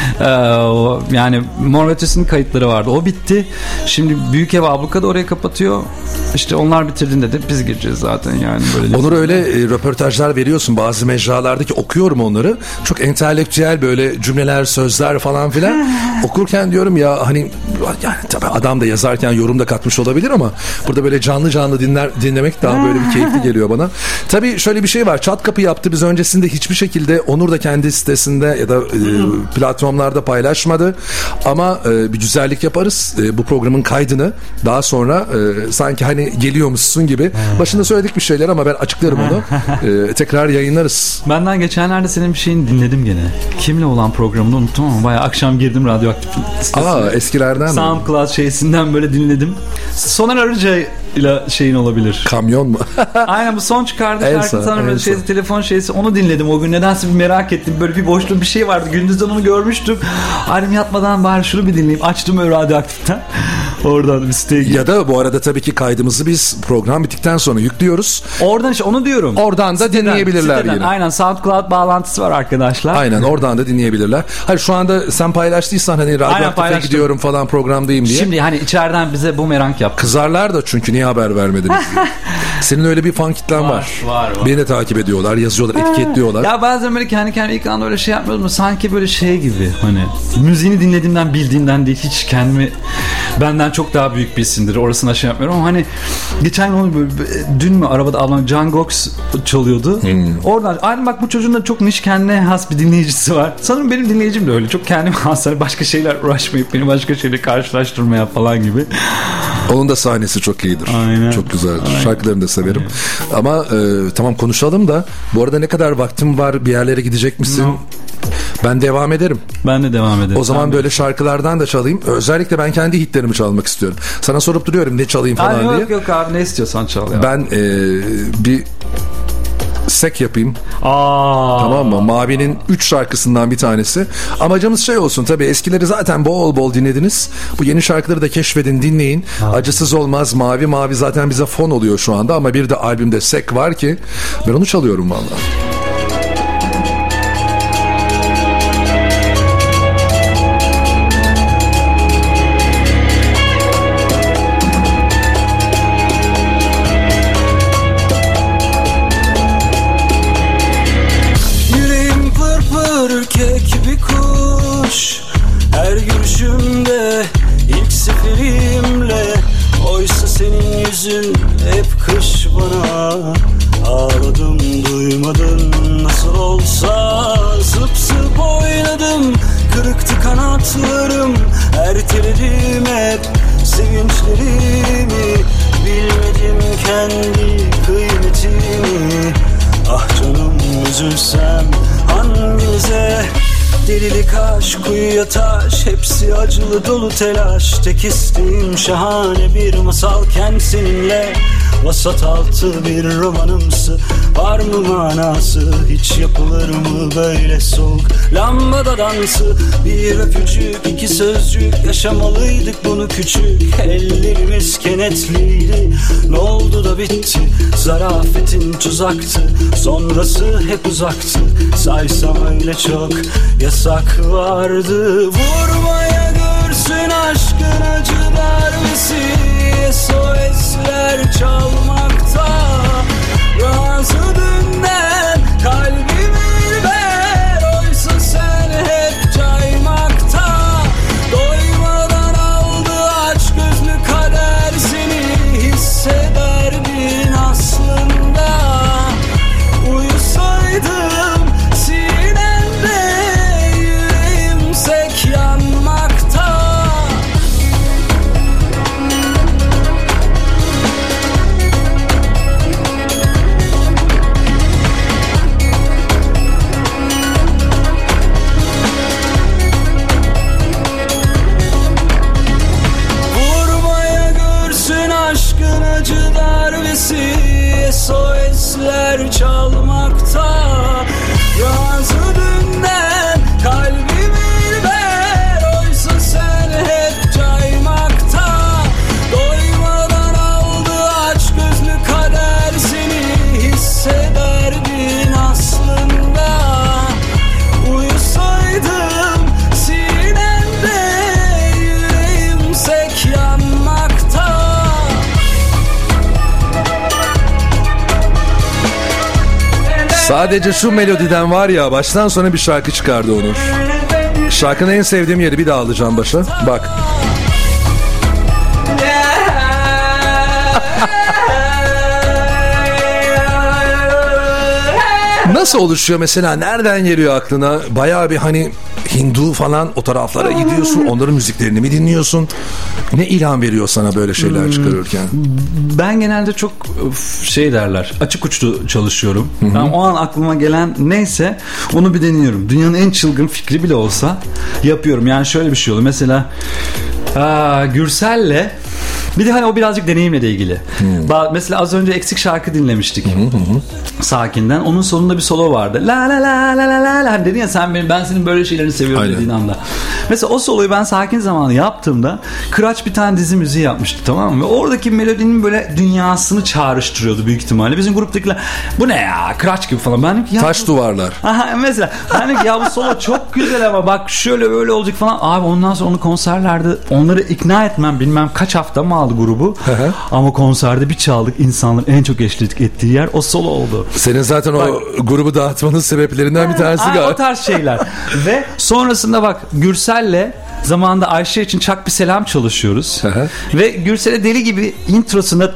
Yani Mor ve Ötesi'nin kayıtları vardı. O bitti. Şimdi Büyük Ev Abluka'da orayı kapatıyor. İşte onlar bitirdiğinde de biz gireceğiz zaten yani. Böyle Onur öyle röportajlar veriyorsun bazı mecralardaki, okuyorum onları. Çok entelektüel böyle cümleler, sözler falan filan. Okurken diyorum ya hani yani tabii adam da yazarken yorum da katmış olabilir ama burada böyle canlı dinlemek daha böyle bir keyifli geliyor bana. Tabii şöyle bir şey var. Çat kapı yaptı. Biz öncesinde hiçbir şekilde Onur da kendi sitesinde ya da platformlarda paylaşmadı. Ama bir güzellik yaparız. Bu programın kaydını daha sonra sanki hani geliyormuşsun gibi. Başında söyledik bir şeyler ama ben açıklarım onu. Tekrar yayınlarız. Benden geçenlerde senin bir şeyini dinledim gene. Kimle olan programını unuttum ama bayağı akşam girdim Radyoaktif sitesine. Eskilerden mi? SoundCloud şeysinden böyle dinledim. Soner Arıca ile şeyin olabilir. Kamyon mu? Aynen, bu son çıkardığı şarkı sanırım telefon şeysi, onu dinledim o gün. Nedense bir merak ettim. Böyle bir boşluğum bir şey vardı. Gündüzden onu görmüştüm. Ayrım yatmadan bari şunu bir dinleyeyim. Açtım öyle Radyoaktif'ten. Oradan bir siteye girdim. Ya da bu arada tabii ki kaydımızı biz program bittikten sonra yüklüyoruz. Oradan işte onu diyorum. Oradan da dinleyebilirler yine. Aynen, SoundCloud bağlantısı var arkadaşlar. Aynen, oradan da dinleyebilirler. Hayır, şu anda sen paylaştıysan hani Radyoaktif'e gidiyorum falan, programdayım diye. Şimdi hani içeriden bize bumerang yap. Kızarlar da çünkü niye haber vermediniz diye. Senin öyle bir fan kitlen var. Beni de takip ediyorlar, yazıyorlar, etiketliyorlar. Ya bazen böyle kendi kendime ilk anda öyle şey yapmıyordum ama sanki böyle şey gibi, hani müziğini dinlediğimden, bildiğimden değil, hiç kendimi benden çok daha büyük bir isimdir. Orasını şey yapmıyorum ama hani geçen dün mü arabada ablam Can Gox çalıyordu. Oradan aynı bak, bu çocuğun da çok niş, kendine has bir dinleyicisi var. Sanırım benim dinleyicim de öyle. Çok kendime has, başka şeyler uğraşmayıp beni başka şeyle karşılaştırmaya falan gibi. Onun da sahnesi çok iyidir. Aynen. Çok güzeldir. Aynen. Şarkılarını da severim. Aynen. Ama tamam, konuşalım da bu arada ne kadar vaktim var, bir yerlere gidecek misin? No. Ben devam ederim. Ben de devam ederim. O zaman böyle şarkılardan da çalayım. Özellikle ben kendi hitlerimi çalmak istiyorum. Sana sorup duruyorum ne çalayım falan diye. Yok abi, ne istiyorsan çal ya. Ben bir Sek yapayım. Aa. Tamam mı? Mavi'nin 3 şarkısından bir tanesi. Amacımız şey olsun tabii, eskileri zaten bol bol dinlediniz. Bu yeni şarkıları da keşfedin, dinleyin. Acısız olmaz. Mavi zaten bize fon oluyor şu anda ama bir de albümde Sek var ki ben onu çalıyorum vallahi. Her görüşümde ilk seferimle, oysa senin yüzün hep kış bana. Ağladım duymadın nasıl olsa, zıp zıp oynadım, kırıktı kanatlarım. Erteledim hep sevinçlerimi, bilmedim kendi kıymetimi. Ah canım üzülsem hangimize, delilik aşk kuyuya taş, hepsi acılı dolu telaş. Tek isteğim şahane bir masalken seninle, vasat altı bir romanımsı. Var mı manası, hiç yapılır mı böyle soğuk lambada dansı? Bir öpücük, iki sözcük, yaşamalıydık bunu küçük. Ellerimiz kenetliydi, ne oldu da bitti? Zarafetin tuzaktı, sonrası hep uzaktı. Saysam öyle çok yasak vardı. Vurmaya görsün aşkın acı darbesi, SOS'ler çalmakta. Razı dünden kalbimi ver, oysa sen hep caymakta. Doymadan aldı aç gözlü kader seni, hissederdin aslında. Uyusaydım sinemde, yüreğim sek yanmakta. Vurmaya görsün aşkın acı darbesi, SOS'ler çalmakta. Razı dünden kalbimi ver, oysa sen hep caymakta. Doymadan aldı aç gözlü kader seni, hissederdin aslında. Uyusaydım sinemde, yüreğim sek yanmakta. Sadece şu melodiden var ya, baştan sona bir şarkı çıkardı Onur. Şarkının en sevdiğim yeri, bir daha alacağım başa. Bak. Nasıl oluşuyor mesela? Nereden geliyor aklına? Bayağı bir hani Hindu falan o taraflara gidiyorsun. Onların müziklerini mi dinliyorsun? Ne ilham veriyor sana böyle şeyler çıkarırken? Ben genelde çok şey derler, açık uçlu çalışıyorum. Ben o an aklıma gelen neyse onu bir deniyorum. Dünyanın en çılgın fikri bile olsa yapıyorum. Yani şöyle bir şey oluyor. Mesela Gürsel'le, bir de hani o birazcık deneyimle de ilgili. Mesela az önce Eksik şarkı dinlemiştik. Sakin'den. Onun sonunda bir solo vardı. La la la la la la la dedin ya sen, ben senin böyle şeylerini seviyorum. Aynen. Dediğin anda. Mesela o soloyu ben Sakin zamanı yaptığımda Kıraç bir tane dizi müziği yapmıştı, tamam mı? Ve oradaki melodinin böyle dünyasını çağrıştırıyordu büyük ihtimalle. Bizim gruptakiler bu ne ya, Kıraç gibi falan. Ben dedim ki, ya, taş duvarlar. Aha, mesela ben dedim ki ya bu solo çok güzel ama bak şöyle böyle olacak falan. Abi ondan sonra onu konserlerde onları ikna etmem bilmem kaç hafta mı aldı grubu. Ama konserde bir çaldık, insanların en çok eşlik ettiği yer o solo oldu. Senin zaten bak, o grubu dağıtmanın sebeplerinden bir tanesi galiba. O tarz şeyler. Ve sonrasında bak Gürsel'le zamanında Ayşe için Çak Bir Selam çalışıyoruz. Ve Gürsel'e deli gibi introsunda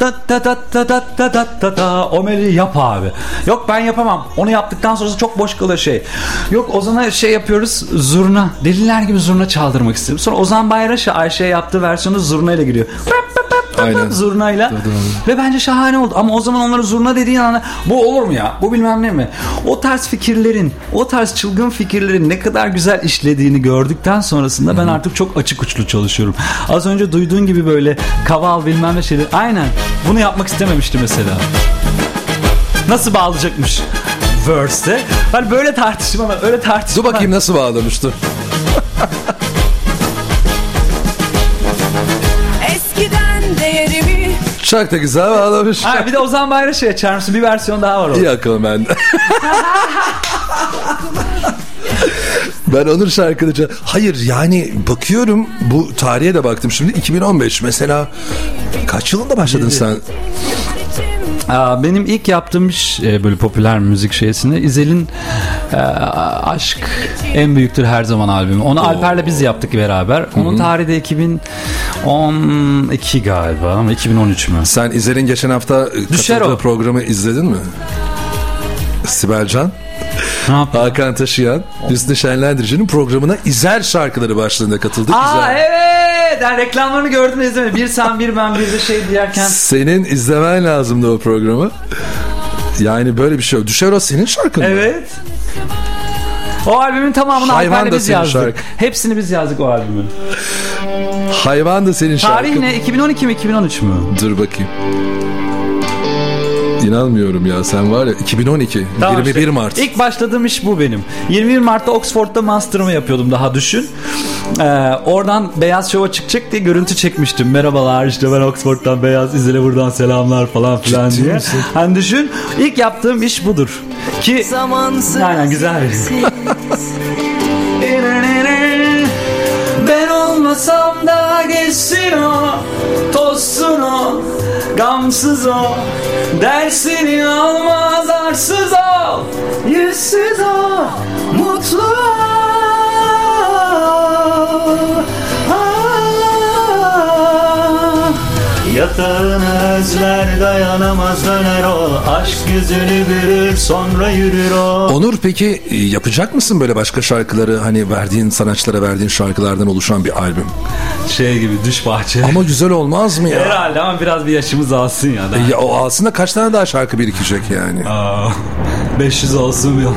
o melodiyi yap abi. Yok ben yapamam. Onu yaptıktan sonrası çok boş kalıyor şey. Yok Ozan'a şey yapıyoruz, zurna. Deliler gibi zurna çaldırmak istedim. Sonra Ozan Bayraş'a Ayşe'ye yaptığı versiyonu zurnayla giriyor. Aynen. Zurnayla. Ve bence şahane oldu. Ama o zaman onlara zurna dediğin anda bu olur mu ya? Bu bilmem ne mi? O tarz fikirlerin, o tarz çılgın fikirlerin ne kadar güzel işlediğini gördükten sonrasında ben artık çok açık uçlu çalışıyorum. Az önce duyduğun gibi böyle kaval bilmem ne şeyler. Aynen. Bunu yapmak istememişti mesela. Nasıl bağlayacakmış verse'e? Hani böyle tartışmalar, öyle tartışmalar. Dur bakayım nasıl bağlamıştı. Eskiden değerimi Çok da güzel bağlamış. Ha, bir de Ozan Bayraş'ı açar mısın? Bir versiyon daha var orada. İyi akıllı bende. Ben Onur şarkıcı. Hayır yani bakıyorum, bu tarihe de baktım şimdi, 2015 mesela. Kaç yılında başladın sen? Benim ilk yaptığım iş böyle popüler müzik şeysinde İzel'in Aşk En Büyüktür Her Zaman albümü. Onu Alper'le biz yaptık beraber. Onun tarihi de 2012 galiba ama 2013 mü? Sen İzel'in geçen hafta katıldığı programı izledin mi? Sibel Can, Hakan Taşıyan, Hüsnü Şenlendirici'nin programına İzel şarkıları başlığında katıldı. Evet, ben reklamlarını gördüm de izlemedim. Bir sen bir ben bir de şey diyerken. Senin izlemen lazımdı o programı. Yani böyle bir şey yok. Düşer o senin şarkın mı? Evet. O albümün tamamını Alper'le biz yazdık. Şarkı. Hepsini biz yazdık o albümün. Hayvan da senin şarkın. Tarih ne? 2012 mi 2013 mü? Dur bakayım. İnanmıyorum ya, sen var ya 2012 tamam 21 işte. Mart. İlk başladığım iş bu benim. 21 Mart'ta Oxford'da master'ımı yapıyordum, daha düşün. Oradan Beyaz Şov'a çıkacak diye görüntü çekmiştim. Merhabalar işte ben Oxford'dan Beyaz, İzel'e buradan selamlar falan filan ciddi diye. misin? Hani düşün, ilk yaptığım iş budur. Ki aynen güzel. Ben olmasam da geçsin o, tozsun o, gamsız o, dersini almaz arsız ol, yüzsüz o, mutlu ol. Yatağını özler dayanamaz döner o, aşk yüzünü görür sonra yürür o. Onur peki yapacak mısın böyle başka şarkıları, hani verdiğin sanatçılara verdiğin şarkılardan oluşan bir albüm? Şey gibi Düş Bahçe. Ama güzel olmaz mı ya? Herhalde ama biraz bir yaşımız alsın ya. Ya o alsın da kaç tane daha şarkı birikecek yani? 500 olsun bir ona.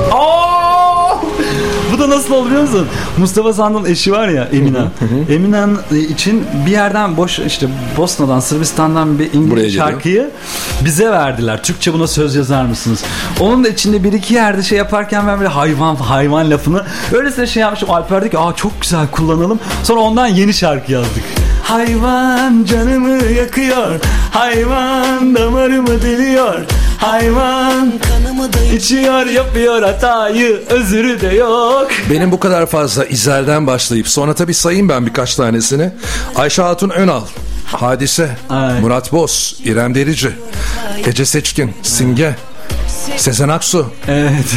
Bu da nasıl oldu biliyor musun? Mustafa Sandal'ın eşi var ya, Emine. Emine için bir yerden işte Bosna'dan, Sırbistan'dan bir İngiliz şarkıyı bize verdiler. Türkçe buna söz yazar mısınız? Onun da içinde bir iki yerde şey yaparken ben böyle hayvan lafını öylesine şey yapmışım. Alper dedi ki çok güzel kullanalım. Sonra ondan yeni şarkı yazdık. Hayvan canımı yakıyor, hayvan damarımı deliyor, hayvan kanımı da içiyor, yapıyor hatayı, özürü de yok. Benim bu kadar fazla İzel'den başlayıp sonra tabii sayayım ben birkaç tanesini. Ayşe Hatun Önal, Hadise, Murat Boz, İrem Derici, Ece Seçkin, Simge, Sezen Aksu. Evet.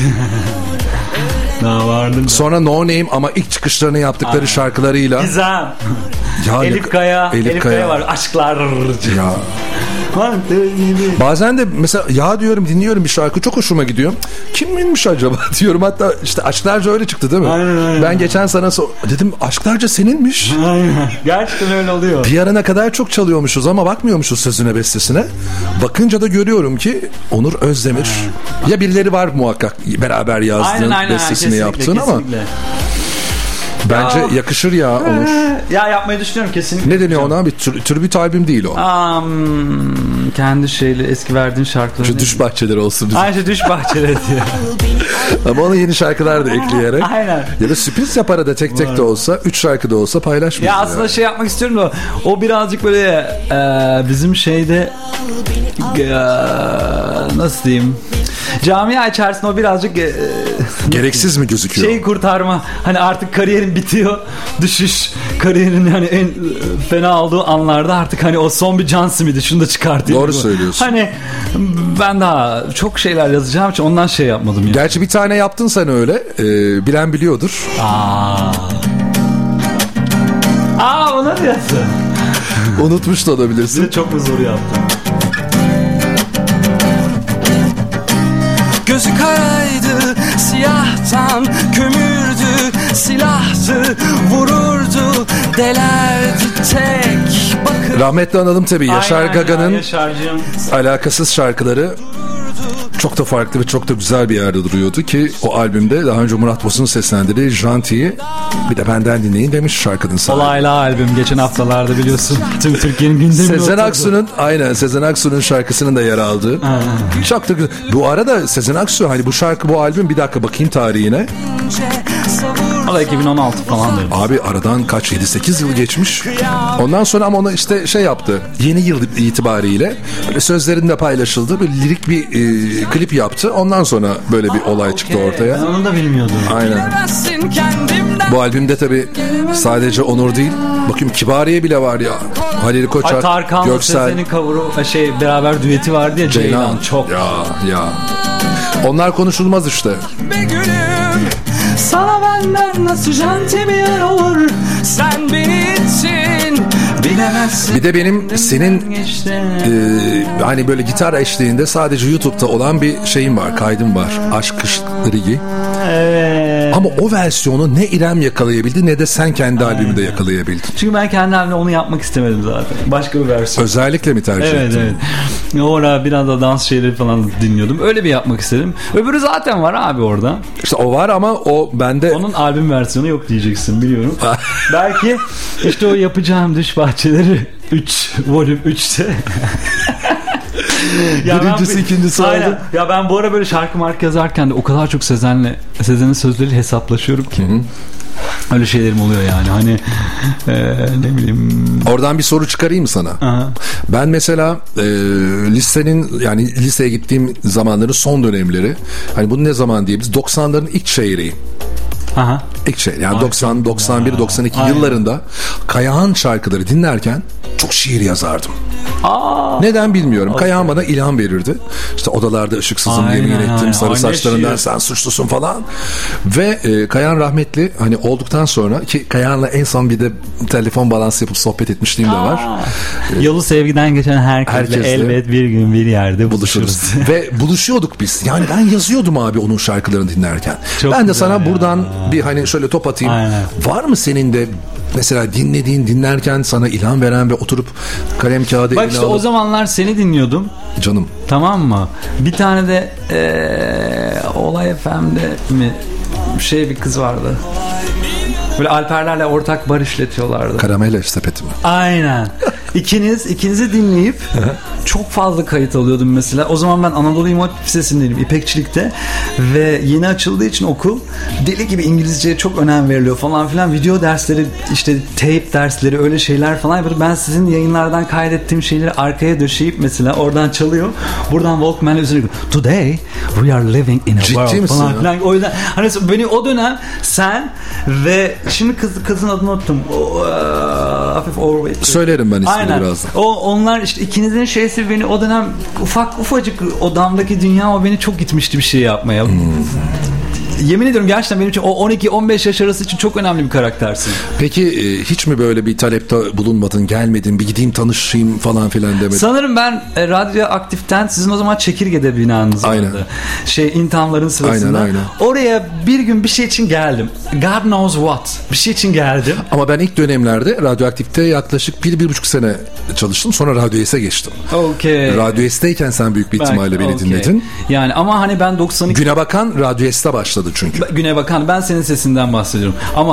Sonra No Name ama ilk çıkışlarını yaptıkları şarkılarıyla. Gizem. Elif Kaya var. Aşklar. Ya. Bazen de mesela ya diyorum, dinliyorum bir şarkı çok hoşuma gidiyor. Kimmiş acaba diyorum, hatta işte Aşklarca öyle çıktı değil mi? Aynen. Ben geçen sana dedim Aşklarca seninmiş. Aynen. Gerçekten öyle oluyor. Bir ara ne kadar çok çalıyormuşuz ama bakmıyormuşuz sözüne, bestesine. Bakınca da görüyorum ki Onur Özdemir. Ya birileri var muhakkak beraber yazdığın, bestesini yaptığın ama bence yakışır ya Onur. Ya yapmayı düşünüyorum kesinlikle. Ne deniyor ona? Bir tribüt albüm değil o. Kendi şeyle eski verdiğin şarkıları. Şu Düş Bahçeleri olsun. Aynen Düş Bahçeleri diyor. Ama ona yeni şarkılar da ekleyerek. Aynen. Ya da sürpriz yapar da tek de olsa, 3 şarkı da olsa paylaşmayız. Ya aslında şey yapmak istiyorum da o birazcık böyle bizim şeyde nasıl diyeyim, camia içerisinde o birazcık gereksiz mi gözüküyor? Şey kurtarma. Hani artık kariyerin bitiyor. Düşüş. Kariyerin hani en fena olduğu anlarda artık hani o son bir can simidi. Şunu da çıkartayım. Doğru söylüyorsun. Hani ben daha çok şeyler yazacağım için ondan şey yapmadım ya. Gerçi bir tane yaptın sen öyle. Bilen biliyordur. Ona diyorsun. Unutmuş da olabilirsin. Bir de çok mu zor yaptım. Gözü karaydı, siyahtan kömürdü, silahtı, vururdu, delerdi tek bakır. Rahmetli analım tabii. Yaşar Gaga'nın Yaşar'cığım alakasız şarkıları çok da farklı ve çok da güzel bir yerde duruyordu ki o albümde daha önce Murat Boz'un seslendirdiği Janti'yi bir de benden dinleyin demiş şarkının sahibi. Olaylı albüm geçen haftalarda biliyorsun. Tüm Türkiye'nin gündeminde Sezen Aksu'nun şarkısının da yer aldığı. Çok da güzel. Bu arada Sezen Aksu hani bu şarkı, bu albüm, bir dakika bakayım tarihine. O da 2016 falan dedim. Abi aradan kaç 7-8 yıl geçmiş. Ondan sonra ama ona işte şey yaptı. Yeni yıl itibariyle böyle sözlerinde paylaşıldı. Böyle lirik bir klip yaptı. Ondan sonra böyle bir olay çıktı ortaya. Ben onu da bilmiyordum. Aynen. Bu albümde tabii sadece Onur değil. Bakayım Kibariye bile var ya. Halil Koçak, Tarkan'la Göksel. Sezen'in cover'u beraber düeti vardı ya, Ceylan. Çok. Ya. Onlar konuşulmaz işte. Sana benden nasıl janti bir yer olur, sen benim için bilemezsin. Bir de benim senin hani böyle gitar eşliğinde sadece YouTube'da olan bir şeyim var, kaydım var. Aşk Kış Rigi. Evet. Ama o versiyonu ne İrem yakalayabildi ne de sen kendi albümünde yakalayabildin. Çünkü ben kendi albümde onu yapmak istemedim zaten. Başka bir versiyon. Özellikle mi tercih ettin? Evet. Orada biraz da dans şeyleri falan dinliyordum. Öyle bir yapmak istedim. Öbürü zaten var abi orada. İşte o var ama o bende... Onun albüm versiyonu yok diyeceksin, biliyorum. Belki işte o yapacağım Düş Bahçeleri 3 volüm 3'te. Birincisi ikincisi oldu. Ya ben bu ara böyle şarkı yazarken de o kadar çok Sezen'in sözleriyle hesaplaşıyorum ki. Hı-hı. Öyle şeylerim oluyor yani. Hani ne bileyim. Oradan bir soru çıkarayım sana. Aha. Ben mesela liseye gittiğim zamanların son dönemleri, hani bunu ne zaman diyebiliriz? 90'ların ilk çeyreği. Aha. İlk şey yani 90, 91, 92 yıllarında Kayahan şarkıları dinlerken çok şiir yazardım. Neden bilmiyorum. Kayahan bana ilham verirdi. İşte odalarda ışıksızım, yemin ettim, sarı saçlarından sen suçlusun falan. Ve Kayahan rahmetli hani olduktan sonra, ki Kayahan'la en son bir de telefon balansı yapıp sohbet etmişliğim de var. Yolu sevgiden geçen herkesle elbet bir gün bir yerde buluşuruz. Ve buluşuyorduk biz. Yani ben yazıyordum abi onun şarkılarını dinlerken. Çok ben de sana buradan bir hani şöyle top atayım. Aynen. Var mı senin de mesela dinlerken sana ilham veren ve oturup kalem kağıdı eline alıp... Bak işte o zamanlar seni dinliyordum. Canım. Tamam mı? Bir tane de Olay FM'de mi bir kız vardı. Böyle Alperlerle ortak bar işletiyorlardı. Karamele sepeti mi? Aynen. İkinizi dinleyip çok fazla kayıt alıyordum mesela. O zaman ben Anadolu İmam Hatip Lisesi'ndeydim, İpekçilik'te, ve yeni açıldığı için okul deli gibi İngilizceye çok önem veriliyor falan filan. Video dersleri, işte tape dersleri, öyle şeyler falan yapıyordum. Ben sizin yayınlardan kaydettiğim şeyleri arkaya döşeyip mesela oradan çalıyor. Buradan Walkman'le üzerine Today we are living in a world falan filan. O yüzden hani beni o dönem sen ve şimdi kızın adını unuttum. Hafif overweight. Söylerim ben ismini birazdan. Onlar işte ikinizin şeysi, beni o dönem ufacık odamdaki dünya o beni çok gitmişti bir şey yapmaya. Yemin ediyorum gerçekten benim için o 12-15 yaş arası için çok önemli bir karaktersin. Peki hiç mi böyle bir talepte bulunmadın, gelmedin, bir gideyim tanışayım falan filan demedin? Sanırım ben Radyoaktif'ten, sizin o zaman Çekirge'de binanız vardı. İntihamların sırasında. Aynen. Oraya bir gün bir şey için geldim. God knows what. Bir şey için geldim. Ama ben ilk dönemlerde Radyoaktif'te yaklaşık 1,5 sene çalıştım. Sonra Radyo S'e geçtim. Okay. Radyo S'teyken sen büyük bir ihtimalle beni dinledin. Yani ama hani ben 92... Güne Bakan Radyo S'te başladı çünkü. Güne Bakan, ben senin sesinden bahsediyorum. Ama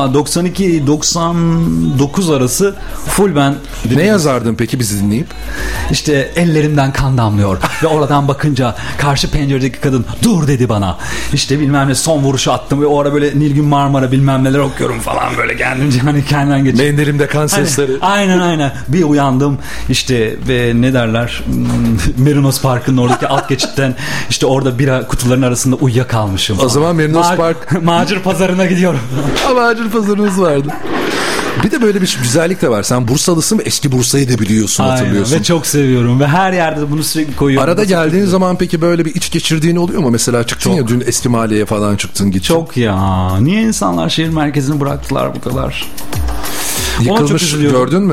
92-99 arası full ben... Ne yazardın peki bizi dinleyip? İşte ellerimden kan damlıyor ve oradan bakınca karşı penceredeki kadın dur dedi bana. İşte bilmem ne, son vuruşu attım ve o ara böyle Nilgün Marmara bilmem neler okuyorum falan, böyle kendimce hani kendimden geçiyor. Mendelimde kan sesleri. Aynen. Bir uyandım işte ve ne derler, Merinos Park'ın oradaki alt geçitten işte orada bira kutularının arasında uyuyakalmışım. O zaman Merinos Park... Macir pazarına gidiyorum. Macir pazarımız vardı. Bir de böyle bir güzellik de var. Sen Bursalısın ve eski Bursa'yı da biliyorsun, hatırlıyorsun. Ve çok seviyorum ve her yerde bunu sürekli koyuyorum. Arada geldiğin zaman peki böyle bir iç geçirdiğin oluyor mu? Mesela çıktın ya dün Eski Mahalle'ye falan çıktın gittin. Çok ya. Niye insanlar şehir merkezini bıraktılar bu kadar? Yıkılmış gördün mü?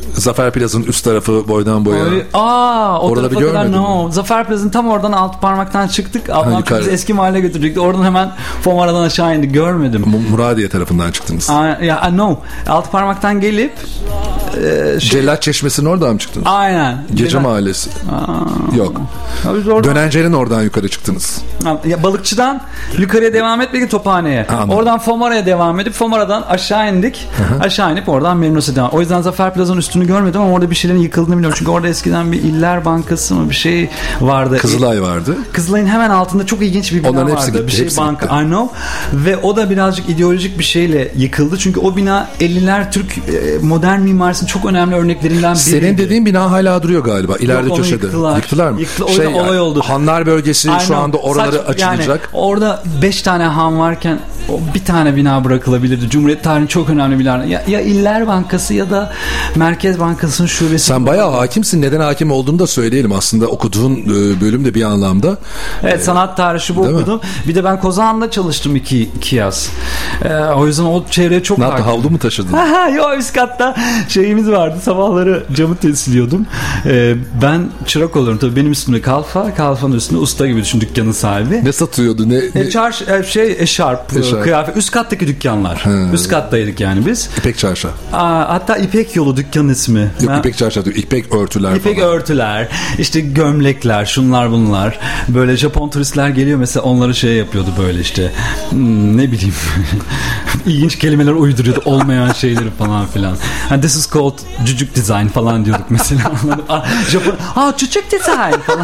Zafer Plaza'nın üst tarafı boydan boya. O orada tarafa kadar Zafer Plaza'nın tam oradan alt parmaktan çıktık. Ablam bizi eski mahalle götürecekti. Oradan hemen Fomara'dan aşağı indi. Görmedim. Muradiye tarafından çıktınız. Alt parmaktan gelip Cellat Çeşmesi'nin oradan mı çıktınız? Aynen. Gece Mahallesi. Yok. Dönence'nin oradan yukarı çıktınız. Balıkçıdan yukarıya devam etmek Tophane'ye. Anladım. Oradan Fomara'ya devam edip Fomara'dan aşağı indik. Aşağı inip oradan Merinos'a devam. O yüzden Zafer Plaza'nın üstünü görmedim ama orada bir şeylerin yıkıldığını biliyorum. Çünkü orada eskiden bir İller Bankası mı bir şey vardı. Kızılay vardı. Kızılay'ın hemen altında çok ilginç bir bina onların vardı. Gitti, bir şey banka. I know. Ve o da birazcık ideolojik bir şeyle yıkıldı. Çünkü o bina 50'ler Türk modern mimarisinin çok önemli örneklerinden biri. Senin dediğin bina hala duruyor galiba. İleride köşede. Yıktılar mı? O yüzden olay oldu. Hanlar bölgesi şu anda oraları açılacak. Yani orada 5 tane han varken bir tane bina bırakılabilirdi. Cumhuriyet tarihinin çok önemli binalar. Ya İller Bankası ya da Merkez Bankası'nın şubesi. Sen bayağı hakimsin. Neden hakim olduğunu da söyleyelim. Aslında okuduğun bölüm de bir anlamda. Evet, sanat tarihi şu bu okudum. Bir de ben Kozan'da çalıştım 2 yaz. O yüzden o çevreye çok hakim. Havlu mu taşıdın? Yok, üst katta şeyimiz vardı. Sabahları camı tesiliyordum. Ben çırak oluyorum. Tabii benim üstümde kalfa. Kalfanın üstünde usta gibi düşün, dükkanın sahibi. Ne satıyordu? Eşarp, kıyafet. Üst kattaki dükkanlar. Üst kattaydık yani biz. İpek Çarşı. Hatta İpek Yolu dükkanın ismi. Yok, İpek Çarşı diyor. İpek örtüler İpek falan. örtüler. İşte gömlekler, şunlar bunlar. Böyle Japon turistler geliyor mesela, onları şey yapıyordu böyle işte. Ne bileyim. İlginç kelimeler uyduruyordu. Olmayan şeyleri falan filan. This is called cücük design falan diyorduk mesela. Japon. Cücük design falan.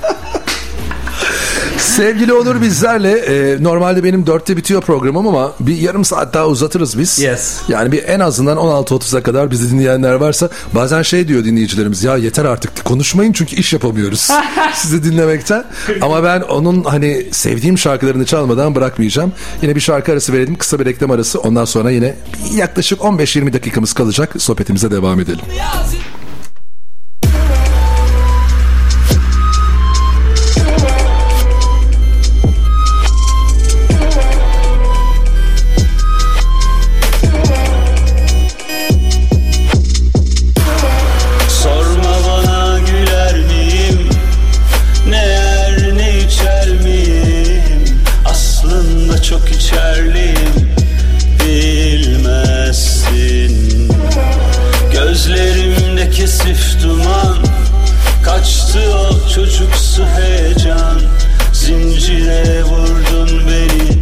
Sevgili Onur bizlerle normalde benim 4'te bitiyor programım ama bir yarım saat daha uzatırız biz. Yes. Yani bir en azından 16.30'a kadar bizi dinleyenler varsa, bazen şey diyor dinleyicilerimiz, ya yeter artık konuşmayın çünkü iş yapamıyoruz sizi dinlemekten. Ama ben onun hani sevdiğim şarkılarını çalmadan bırakmayacağım. Yine bir şarkı arası verelim, kısa bir reklam arası, ondan sonra yine yaklaşık 15-20 dakikamız kalacak, sohbetimize devam edelim. Kesif duman, kaçtı o çocuksu heyecan. Zincire vurdun beni,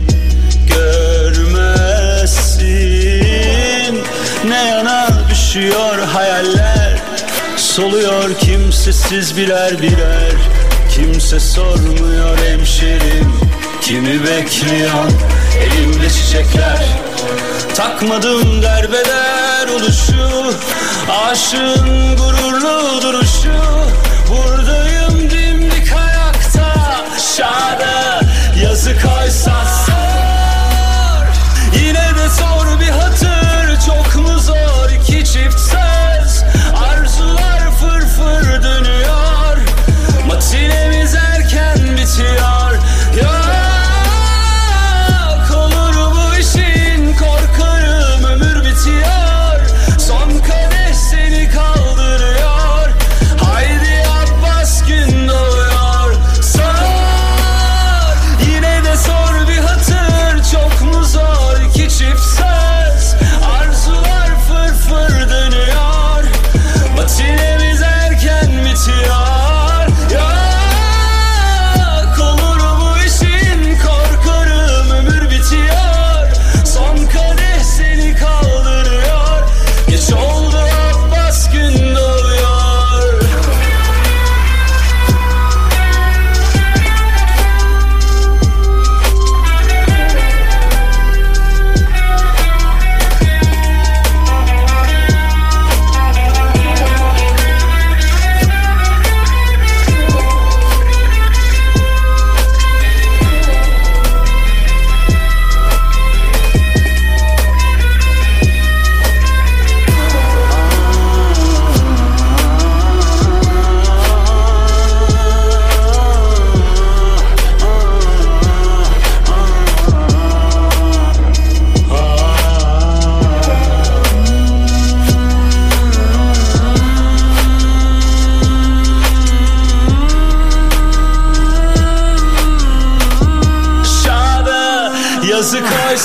görmezsin. Ne yana düşüyor hayaller, soluyor kimsesiz birer birer. Kimse sormuyor hemşerim, kimi bekliyor elimde çiçekler. Takmadım derbeder oluşu, aşığın gururlu duruşu. Buradayım dimdik ayakta, aşağıda yazı koysa sor. Yine de zor bir hatır, çok mu zor iki çift söz. Arzular fırfır dönüyor, matinemiz erken bitiyor. Yok olur bu işin, korkarım ömür bitiyor. Son kadeh seni kaldırıyor.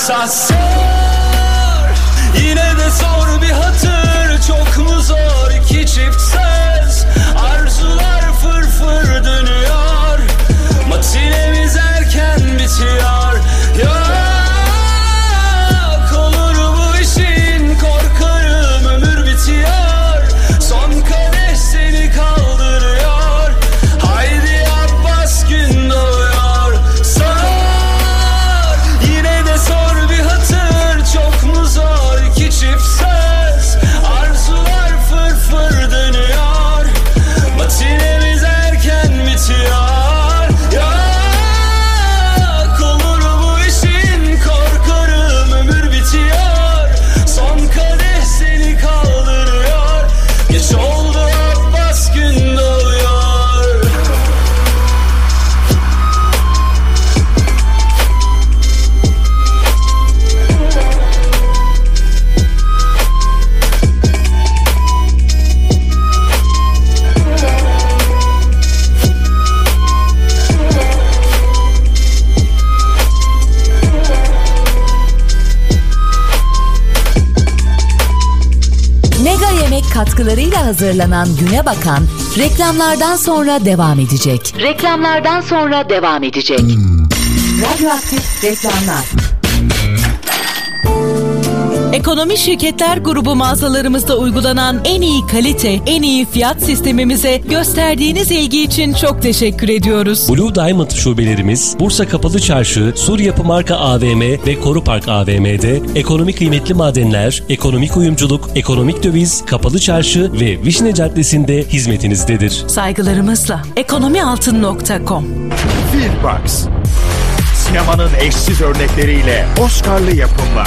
yoksa sor. Yine de zor bir hatır, çok mu zor iki çift söz. Arzular fırfır dönüyor, matinemiz erken bitiyor. Yok olur bu işin, korkarım ömür bitiyor. Son kadeh seni kaldırıyor, haydi Abbas gün doğuyor. Sor, yine de zor bir hatır, çok mu zor iki çift söz. Arzular fırfır dönüyor, matinemiz erken bitiyor. Yok olur bu işin, korkarım ömür bitiyor. Son kadeh seni kaldırıyor, geç oldu Abbas gün doğuyor. Mega Yemek katkılarıyla hazırlanan Güne Bakan reklamlardan sonra devam edecek. Reklamlardan sonra devam edecek. Radyoaktif reklamlar. Ekonomi Şirketler Grubu mağazalarımızda uygulanan en iyi kalite, en iyi fiyat sistemimize gösterdiğiniz ilgi için çok teşekkür ediyoruz. Blue Diamond şubelerimiz Bursa Kapalı Çarşı, Sur Yapı Marka AVM ve Koru Park AVM'de ekonomik kıymetli madenler, ekonomik uyumculuk, ekonomik döviz, Kapalı Çarşı ve Vişne Caddesi'nde hizmetinizdedir. Saygılarımızla ekonomialtın.com. Filmbox, sinemanın eşsiz örnekleriyle Oscar'lı yapımlar.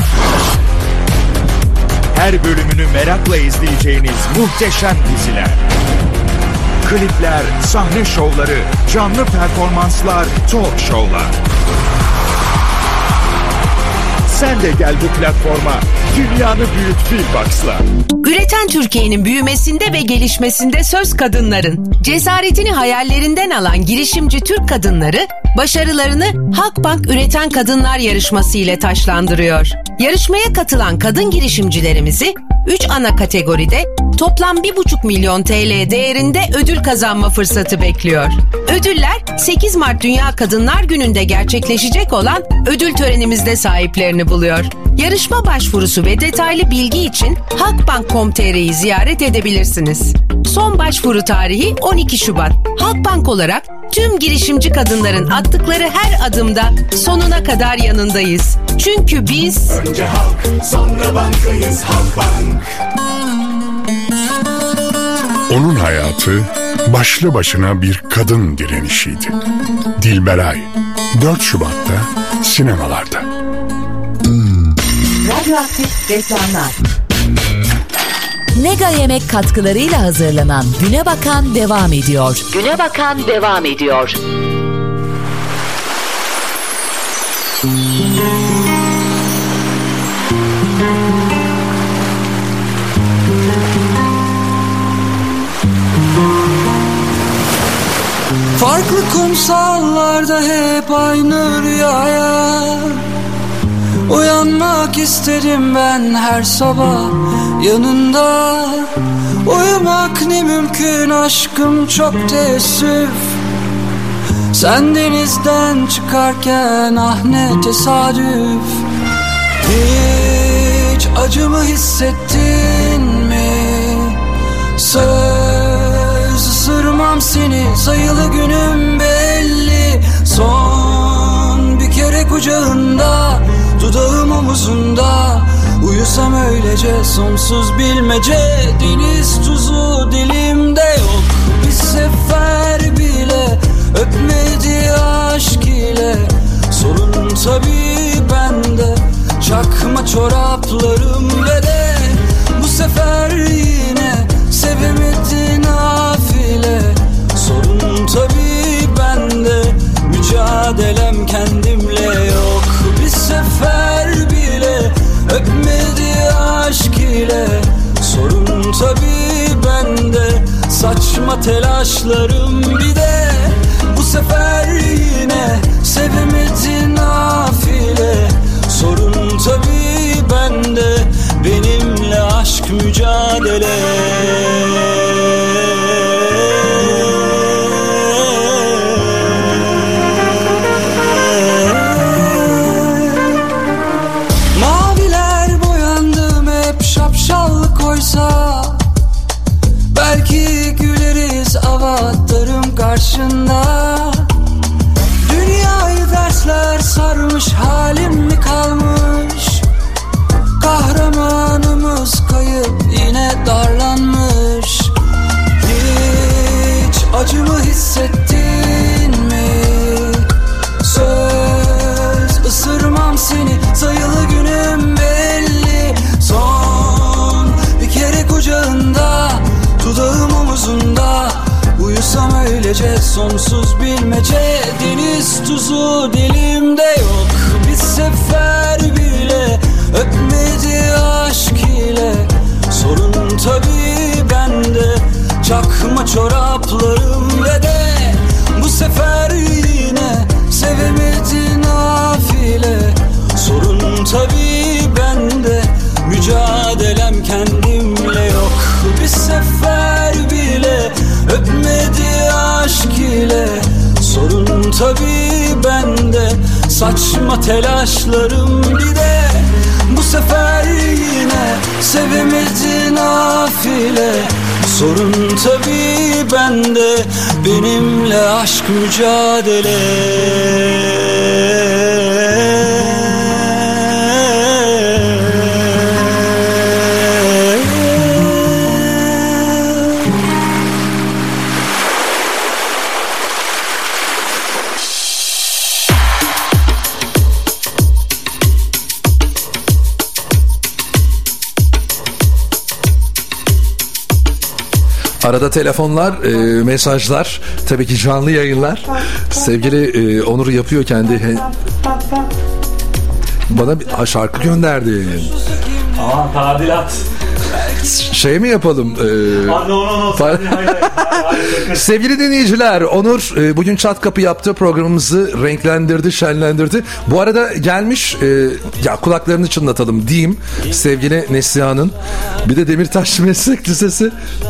Her bölümünü merakla izleyeceğiniz muhteşem diziler. Klipler, sahne şovları, canlı performanslar, talk show'lar. Sen de gel bu platforma, dünyanı büyüt Filmbox'la. Üreten Türkiye'nin büyümesinde ve gelişmesinde söz kadınların. Cesaretini hayallerinden alan girişimci Türk kadınları, başarılarını Halkbank Üreten Kadınlar Yarışması ile taçlandırıyor. Yarışmaya katılan kadın girişimcilerimizi 3 ana kategoride toplam 1,5 milyon TL değerinde ödül kazanma fırsatı bekliyor. Ödüller 8 Mart Dünya Kadınlar Günü'nde gerçekleşecek olan ödül törenimizde sahiplerini buluyor. Yarışma başvurusu ve detaylı bilgi için halkbank.com.tr'yi ziyaret edebilirsiniz. Son başvuru tarihi 12 Şubat. Halkbank olarak tüm girişimci kadınların attıkları her adımda sonuna kadar yanındayız. Çünkü biz... Önce halk, sonra bankayız Halkbank. Onun hayatı başlı başına bir kadın direnişiydi. Dilberay, 4 Şubat'ta sinemalarda. Radyoaktif reklamlar. Mega Yemek katkılarıyla hazırlanan Güne Bakan devam ediyor. Güne Bakan devam ediyor. Farklı kumsallarda hep aynı rüyaya uyanmak isterim ben her sabah yanında. Uyumak ne mümkün aşkım, çok teessüf. Sen denizden çıkarken ah ne tesadüf. Hiç acımı hissettin mi? Söz ısırmam seni, sayılı günüm belli. Son bir kere kucağında, dudağım omuzunda. Uyusam öylece sonsuz bilmece. Deniz tuzu dilimde yok, bir sefer bile öpmedi aşk ile. Sorun tabii bende, çakma çoraplarım ve de bu sefer yine sevemedin nafile. Sorun tabii bende, mücadelem kendimle yok. Bir sefer bile öpmedi aşk ile. Sorun tabii bende, saçma telaşlarım bir de bu sefer yine sevemedin nafile. Sorun tabii bende, benimle aşk mücadele. Maviler boyandım hep şapşallık oysa, belki güleriz avatarım karşında. Dünyayı dersler sarmış, halim mi kalmış? Kahramanımız kayıp yine darlanmış. Hiç acımı hissettin mi? Söz ısırmam seni, sayılı günüm belli. Son bir kere kucağında, dudağım omuzunda. Uyusam öylece sonsuz bilmece. Deniz tuzu dilimde yok, bir sefer bile öpmedi aşk ile. Sorun tabii bende, çakma çoraplarım ve de bu sefer yine sevemedi nafile. Sorun tabii bende, mücadelem kendimle yok. Bir sefer bile öpmedi aşk ile. Sorun tabii bende, saçma telaşlarım bir de bu sefer yine sevemedi nafile. Sorun tabii bende, benimle aşk mücadele. Arada telefonlar, mesajlar, tabii ki canlı yayınlar. Sevgili Onur yapıyor kendi. Bana bir şarkı gönderdi. Aman tadilat. Şey mi yapalım? No. Sevgili dinleyiciler, Onur bugün çat kapı yaptı, programımızı renklendirdi, şenlendirdi. Bu arada gelmiş, ya kulaklarını çınlatalım diyeyim, sevgili Neslihan'ın. Bir de Demirtaş Meslek Lisesi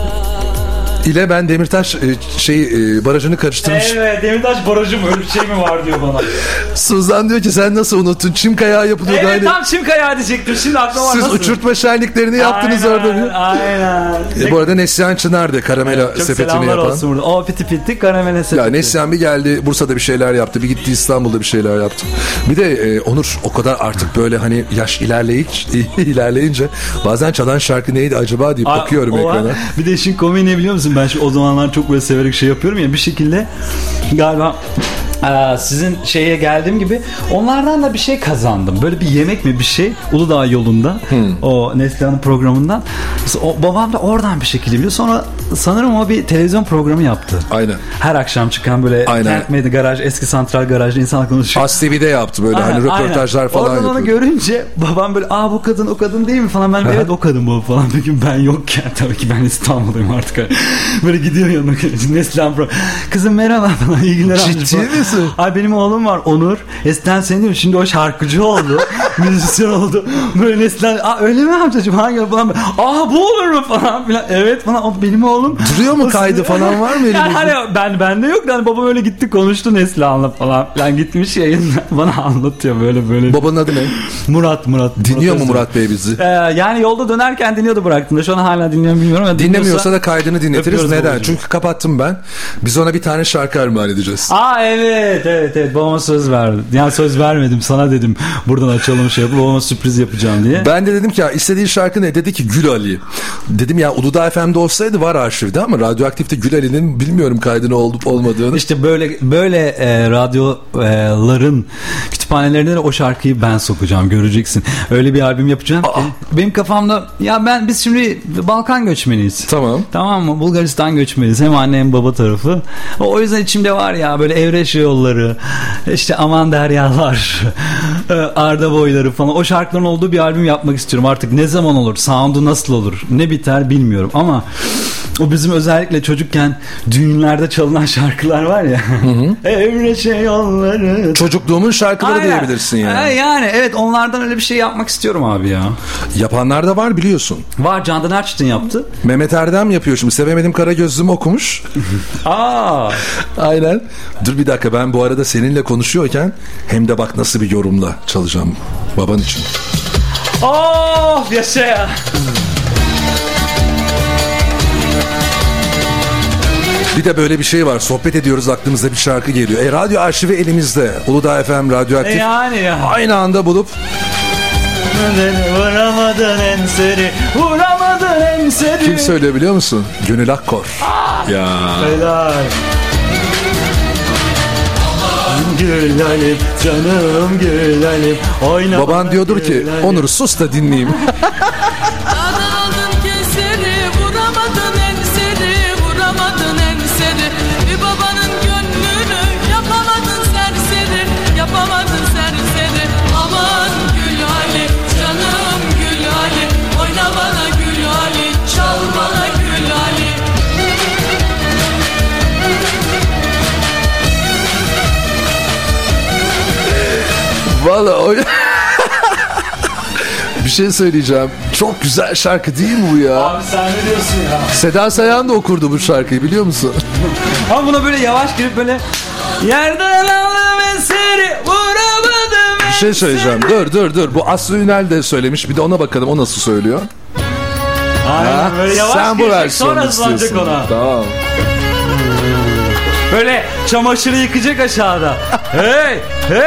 ile ben Demirtaş barajını karıştırmış. Evet, Demirtaş barajı mı, öyle bir şey mi var diyor bana. Suzan diyor ki sen nasıl unuttun? Çim kayağı yapılıyordu. Evet, tam çim kayağı diyecektim. Şimdi aklıma var. Siz nasıl? uçurtma şenliklerini yaptınız orada. Aynen. Bu arada Neslihan Çınar'dı karamela çok sepetini selamlar yapan. Olsun burada. O piti karamela sepeti. Ya Neslihan bir geldi Bursa'da bir şeyler yaptı. Bir gitti İstanbul'da bir şeyler yaptı. Bir de Onur o kadar artık böyle hani yaş ilerleyince bazen çalan şarkı neydi acaba deyip bakıyorum ekrana. Bir de işin komiği ne biliyor musun? Ben o zamanlar çok böyle severek şey yapıyorum ya, bir şekilde galiba sizin şeye geldiğim gibi onlardan da bir şey kazandım. Böyle bir yemek mi bir şey Uludağ yolunda o Neslihan'ın programından. O, babam da oradan bir şekilde biliyor. Sonra sanırım o bir televizyon programı yaptı. Aynen. Her akşam çıkan böyle Kent Meydanı garaj, eski santral garajda insan konuşuyor. As TV'de yaptı böyle hani röportajlar falan yapıyor. Oradan onu görünce babam böyle bu kadın o kadın değil mi falan. Ben evet o kadın bu falan. Bugün ben yokken tabii ki ben İstanbul'dayım artık. Böyle gidiyor yanına Neslihan program. Kızım merhaba falan, iyi günler. Ciddi misin? Ay benim oğlum var Onur. Eskiden seni değil mi? Şimdi o şarkıcı oldu. Müzisyen oldu. Böyle Neslihan. Öyle mi amcacığım? Hangi falan? Bu olur mu falan filan. Evet falan. O benim oğlum. Duruyor mu kaydı falan var mı? Yani hani bende yok. Yani babam öyle gitti konuştu Neslihan'la falan. Yani gitmiş yayında bana anlatıyor böyle. Babanın adı ne? Murat. Dinliyor mu Murat Bey bizi? Yani yolda dönerken dinliyordu bıraktığında. Şu an hala dinliyorum bilmiyorum. Ama dinlemiyorsa da kaydını dinletiriz. Neden? Çünkü kapattım ben. Biz ona bir tane şarkı armağan edeceğiz. Evet. Babama söz verdim. Yani söz vermedim. Sana dedim buradan açalım şey yapıp babama sürpriz yapacağım diye. Ben de dedim ki ya istediğin şarkı ne? Dedi ki Gül Ali. Dedim ya Uludağ FM'de olsaydı var arşivde ama Radyoaktif'te Gül Ali'nin bilmiyorum kaydını olup olmadığını. İşte böyle radyoların kütüphanelerine de o şarkıyı ben sokacağım. Göreceksin. Öyle bir albüm yapacağım ki. Benim kafamda biz şimdi Balkan göçmeniyiz. Tamam mı? Bulgaristan göçmeniyiz. Hem anne hem baba tarafı. O yüzden içimde var ya böyle Evreşe yolları, işte Aman Deryalar, Arda boyları falan, o şarkıların olduğu bir albüm yapmak istiyorum. Artık ne zaman olur, sound'u nasıl olur, ne biter bilmiyorum ama O bizim özellikle çocukken düğünlerde çalınan şarkılar var ya. Evreşe yolları. Çocukluğumun şarkıları diyebilirsin yani. Yani evet, onlardan öyle bir şey yapmak istiyorum abi ya. Yapanlar da var biliyorsun. Var, Candan Erçetin yaptı. Mehmet Erdem yapıyor şimdi. Sevemedim Karagözlü'mü okumuş. Aynen. Dur bir dakika, ben bu arada seninle konuşuyorken hem de bak nasıl bir yorumla çalacağım baban için. Of yaşa ya. Bir de böyle bir şey var. Sohbet ediyoruz, aklımıza bir şarkı geliyor. Radyo arşivi elimizde. Uludağ FM Radyoaktif. Yani ya. Aynı anda bulup vuramadın enseri, vuramadın enseri. Kim söylüyor biliyor musun? Gönül Akkor. Ya. Helal. Gülelim canım gülelim. Baban diyordur ki gülelim. Onur sus da dinleyeyim. Vallahi bir şey söyleyeceğim. Çok güzel şarkı değil mi bu ya? Abi sen ne diyorsun ya? Seda Sayan da okurdu bu şarkıyı, biliyor musun? Ama buna böyle yavaş girip böyle yerden aldım eseri, vuramadım. Bir şey söyleyeceğim. Dur. Bu Aslı Ünal de söylemiş. Bir de ona bakalım, o nasıl söylüyor? Aynen, böyle yavaş sen bu versiyonu istiyorsun. Ona. Tamam. Böyle çamaşırı yıkacak aşağıda. Hey.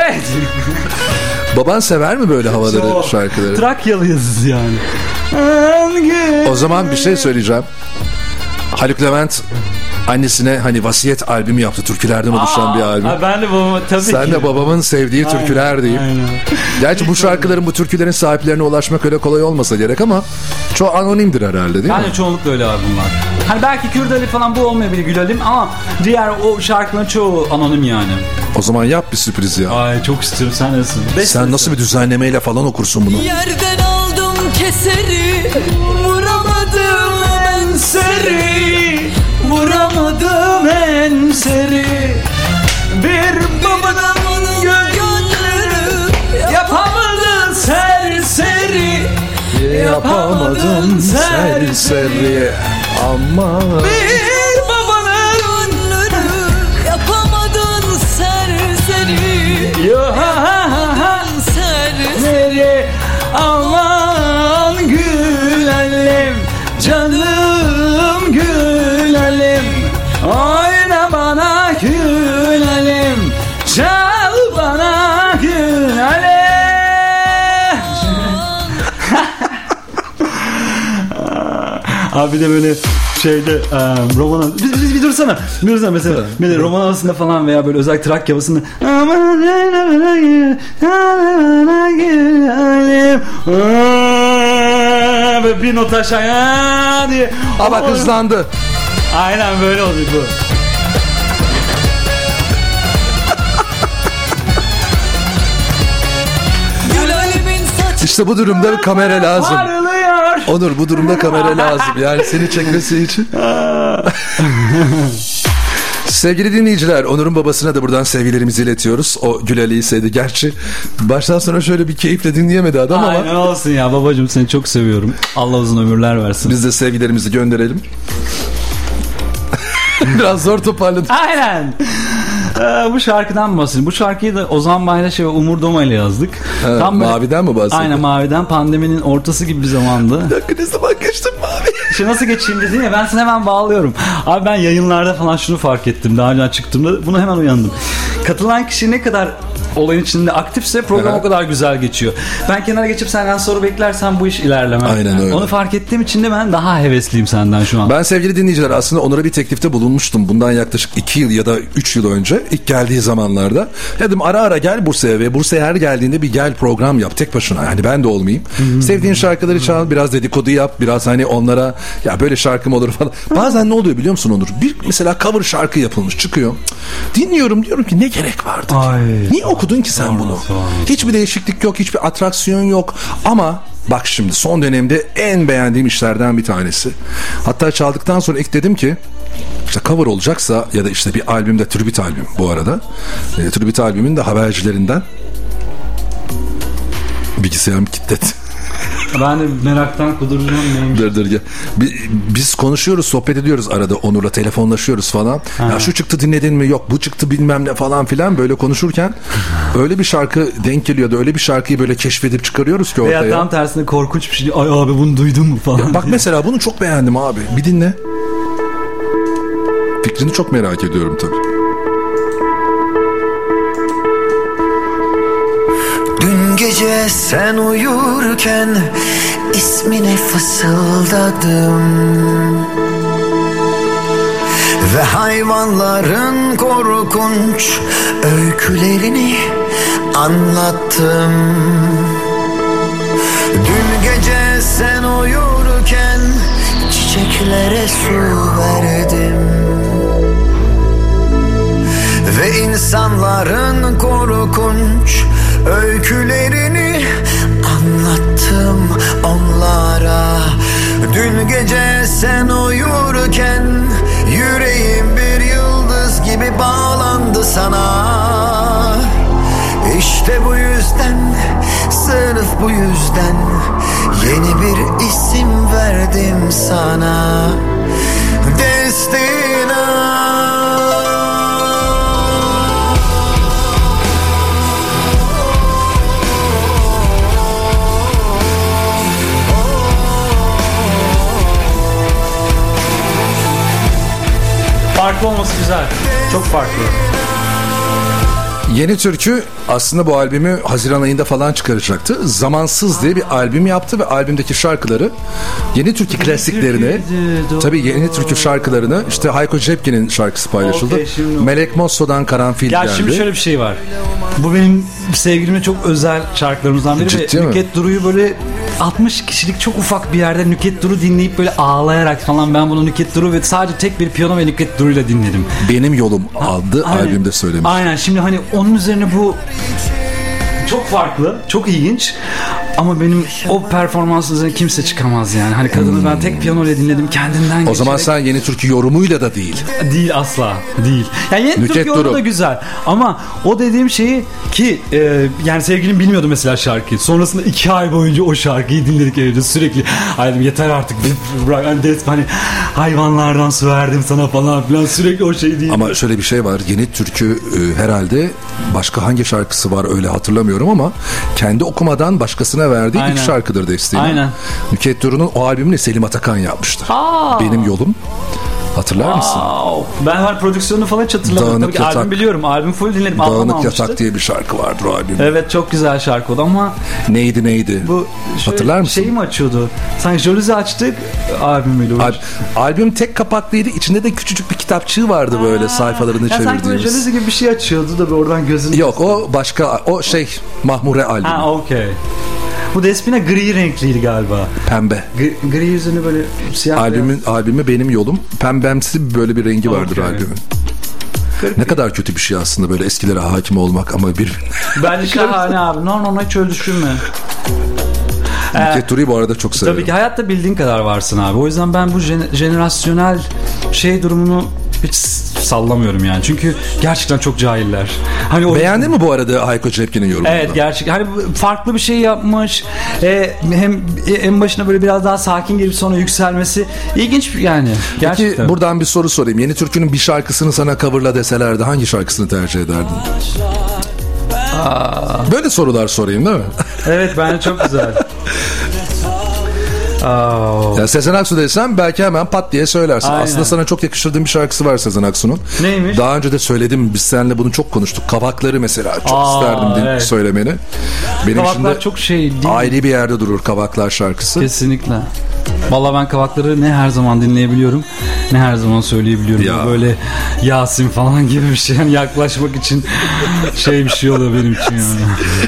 Baban sever mi böyle havaları, şarkıları? Trakyalıyız yani. O zaman bir şey söyleyeceğim. Haluk Levent annesine hani vasiyet albümü yaptı. Türkülerden oluşan bir albüm. Ben de babama tabii Sen ki. de babamın sevdiği türküler diyeyim. Gerçi bu şarkıların, bu türkülerin sahiplerine ulaşmak öyle kolay olmasa gerek ama çoğu anonimdir herhalde, değil mi? Yani çoğunlukla öyle abi bunlar. Hani belki Kürt Ali falan bu olmayabilir, Gülelim, ama diğer o şarkıların çoğu anonim yani. O zaman yap bir sürpriz ya. Ay çok istiyorum, sen nasılsın? Sen nasıl bir düzenlemeyle falan okursun bunu? Yerden aldım keseri, vuramadım enseri, vuramadım enseri. Bir babanın gönlünü yapamadım serseri, yapamadım serseri. Ama bir babanın gönlünü yapamadın serseri, yapamadın serseri. Aman gülelim canım gülelim, oyna bana gülelim, çal bana gülelim. Abi de böyle şeyde roman bir dursana mesela böyle roman havasında falan veya böyle özel Trakya havasında böyle bir not aşağıya diye. Ama hızlandı. Aynen böyle olacak bu. İşte bu durumda kamera lazım. Onur, bu durumda kamera lazım. Yani seni çekmesi için. Sevgili dinleyiciler, Onur'un babasına da buradan sevgilerimizi iletiyoruz. O Gül Ali'yi sevdi. Gerçi baştan sonra şöyle bir keyifle dinleyemedi adam ama. Aynen, olsun ya babacığım, seni çok seviyorum. Allah uzun ömürler versin. Biz de sevgilerimizi gönderelim. Biraz zor toparladım. Aynen. Bu şarkıdan bahsedeyim. Bu şarkıyı da Ozan Bayraş ve Umur Doma ile yazdık. Evet, tam böyle, Mavi'den mi bahsediyorsun? Aynen, Mavi'den. Pandeminin ortası gibi bir zamandı. Bir dakika, ne zaman geçtim Mavi? İşte nasıl geçeyim dedin ya, ben seni hemen bağlıyorum. Abi ben yayınlarda falan şunu fark ettim. Daha önce çıktığımda bunu hemen uyandım. Katılan kişi ne kadar olayın içinde aktifse program o kadar güzel geçiyor. Ben kenara geçip senden soru beklersem bu iş ilerlemez. Aynen öyle. Onu fark ettiğim için de ben daha hevesliyim senden şu an. Ben sevgili dinleyiciler aslında Onur'a bir teklifte bulunmuştum. Bundan yaklaşık 2 yıl ya da 3 yıl önce ilk geldiği zamanlarda. Dedim ara gel Bursa'ya ve Bursa'ya her geldiğinde bir gel program yap tek başına. Yani ben de olmayayım. Sevdiğin şarkıları çal, biraz dedikodu yap, biraz hani onlara ya böyle şarkım olur falan. Bazen ne oluyor biliyor musun Onur? Bir mesela cover şarkı yapılmış çıkıyor. Dinliyorum, diyorum ki ne gerek vardı ki? Niye okudun ki sen bunu? Hiçbir değişiklik yok, hiçbir atraksiyon yok ama Bak şimdi son dönemde en beğendiğim işlerden bir tanesi. Hatta çaldıktan sonra ilk dedim ki işte cover olacaksa ya da işte bir albümde, tribute albüm bu arada. Tribute albümün de habercilerinden. Bilgisayarım kilitledi. Ben de meraktan kuduracağım. Dur gel. Biz konuşuyoruz, sohbet ediyoruz arada Onur'la, telefonlaşıyoruz falan. Ya şu çıktı dinledin mi? Yok bu çıktı bilmem ne falan filan, böyle konuşurken öyle bir şarkı denk geliyordu. Öyle bir şarkıyı böyle keşfedip çıkarıyoruz ki ortaya. Veya tam tersine korkunç bir şey. Ay abi bunu duydun mu falan. Ya bak mesela bunu çok beğendim abi. Bir dinle. Fikrini çok merak ediyorum tabii. Dün gece sen uyurken ismini fısıldadım ve hayvanların korkunç öykülerini anlattım. Dün gece sen uyurken çiçeklere su verdim ve insanların korkunç öykülerini anlattım onlara. Dün gece sen uyurken yüreğim bir yıldız gibi bağlandı sana. İşte bu yüzden, sırf bu yüzden yeni bir isim verdim sana. Destina. Farklı olması güzel. Çok farklı. Yeni Türkü aslında bu albümü Haziran ayında falan çıkaracaktı. Zamansız diye bir albüm yaptı ve albümdeki şarkıları Yeni Türkü klasiklerini, tabii Yeni Türkü şarkılarını, işte Hayko Cepkin'in şarkısı paylaşıldı. Melek Mosso'dan Karanfil geldi. Ya şimdi şöyle bir şey var. Bu benim sevgilimle çok özel şarkılarımızdan biri. Ciddi ve mi? Nükhet Duru'yu böyle 60 kişilik çok ufak bir yerde Nükhet Duru dinleyip böyle ağlayarak falan, ben bunu Nükhet Duru ve sadece tek bir piyano ve Nükhet Duru'yla dinledim. Benim Yolum adlı albümde söylemiş. Aynen, şimdi hani onun üzerine bu çok farklı, çok ilginç. Ama benim o performansın üzerine kimse çıkamaz yani. Hani kadını ben tek piyano ile dinledim, kendinden geçerek. O zaman sen Yeni Türkü yorumuyla da değil. Değil, asla değil. Yani Yeni Türkü yorumu da güzel. Ama o dediğim şeyi ki yani sevgilim bilmiyordu mesela şarkıyı. Sonrasında 2 ay boyunca o şarkıyı dinledik evde sürekli. Ay dedim yeter artık. Bırak hani hayvanlardan su verdim sana falan filan, sürekli o şeyi değil. Ama şöyle bir şey var. Yeni Türkü herhalde başka hangi şarkısı var öyle hatırlamıyorum ama kendi okumadan başkasına verdiği ilk şarkıdır desteğini. Aynen. Nükhet Duru'nun o albümünü Selim Atakan yapmıştı. Benim Yolum. Hatırlar mısın? Ben var prodüksiyonu falan hiç hatırlamıyorum. Tabii ki albüm biliyorum. Albüm full dinledim. Dağınık Yatak diye bir şarkı vardır o albümde. Evet, çok güzel şarkı o da ama Neydi? Bu hatırlar mısın? Şeyi mi açıyordu? Sanki Jolizi açtık albümüyle. Albüm tek kapaklıydı. İçinde de küçücük bir kitapçığı vardı böyle sayfalarını çevirdiğimiz. Sanki böyle Jolizi gibi bir şey açıyordu da oradan gözünü. Yok, o başka, o Mahmure albümü. Ha, okey. Bu Despina gri renkliydi galiba. Pembe. Gri yüzünü böyle siyah. Albümü Benim Yolum. Pembemsi böyle bir rengi vardır albümün. Ne kadar kötü bir şey aslında böyle eskilere hakim olmak ama Bence şahane abi. No, hiç öyle düşünme. Nükhet Duru'yu bu arada çok severim. Tabii ki hayatta bildiğin kadar varsın abi. O yüzden ben bu jenerasyonel durumunu hiç sallamıyorum yani. Çünkü gerçekten çok cahiller. Hani beğendin mi bu arada Hayko Cepkin'in yorumunu? Evet, gerçekten. Hani farklı bir şey yapmış. Hem en başına böyle biraz daha sakin gelip sonra yükselmesi ilginç yani. Gerçekten. Peki buradan bir soru sorayım. Yeni Türkü'nün bir şarkısını sana coverla deselerdi hangi şarkısını tercih ederdin? Böyle sorular sorayım değil mi? Evet, bence çok güzel. Ya Sezen Aksu desem belki hemen pat diye söylersin. Aynen. Aslında sana çok yakıştırdığım bir şarkısı var Sezen Aksu'nun. Neymiş? Daha önce de söyledim. Biz seninle bunu çok konuştuk. Kavakları mesela çok isterdim söylemeni. Benim Kavaklar şimdi çok değil ayrı bir yerde durur Kavaklar şarkısı. Kesinlikle. Vallahi ben Kavakları ne her zaman dinleyebiliyorum, ne her zaman söyleyebiliyorum. Ya. Böyle Yasin falan gibi bir şey, yani yaklaşmak için bir şey oluyor benim için yani.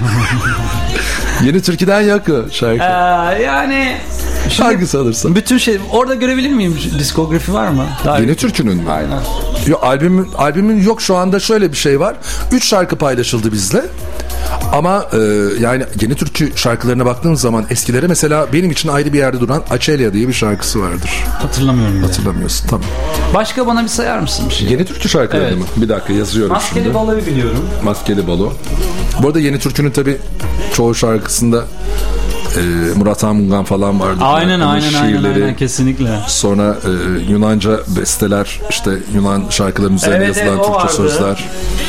Yeni Türkü'den yakı şarkı. Yani şarkısı alırsan. Bütün orada görebilir miyim? Diskografi var mı? Yeni Türkü'nün mü? Aynen. Yok, albümün yok şu anda. Şöyle bir şey var. 3 şarkı paylaşıldı bizle. Ama yani yeni türkü şarkılarına baktığın zaman eskilere mesela benim için ayrı bir yerde duran Açelya diye bir şarkısı vardır. Hatırlamıyorum bile. Hatırlamıyorsun, tamam. Başka bana bir sayar mısın bir şey? Yeni türkü şarkılarını mı? Bir dakika yazıyorum. Maskeli Balo'yu biliyorum. Maskeli Balo. Bu arada yeni türkünün tabii çoğu şarkısında Murat Anmungan falan vardı. Aynen kesinlikle. Sonra Yunanca besteler, işte Yunan şarkıların üzerine yazılan Türkçe vardı. sözler.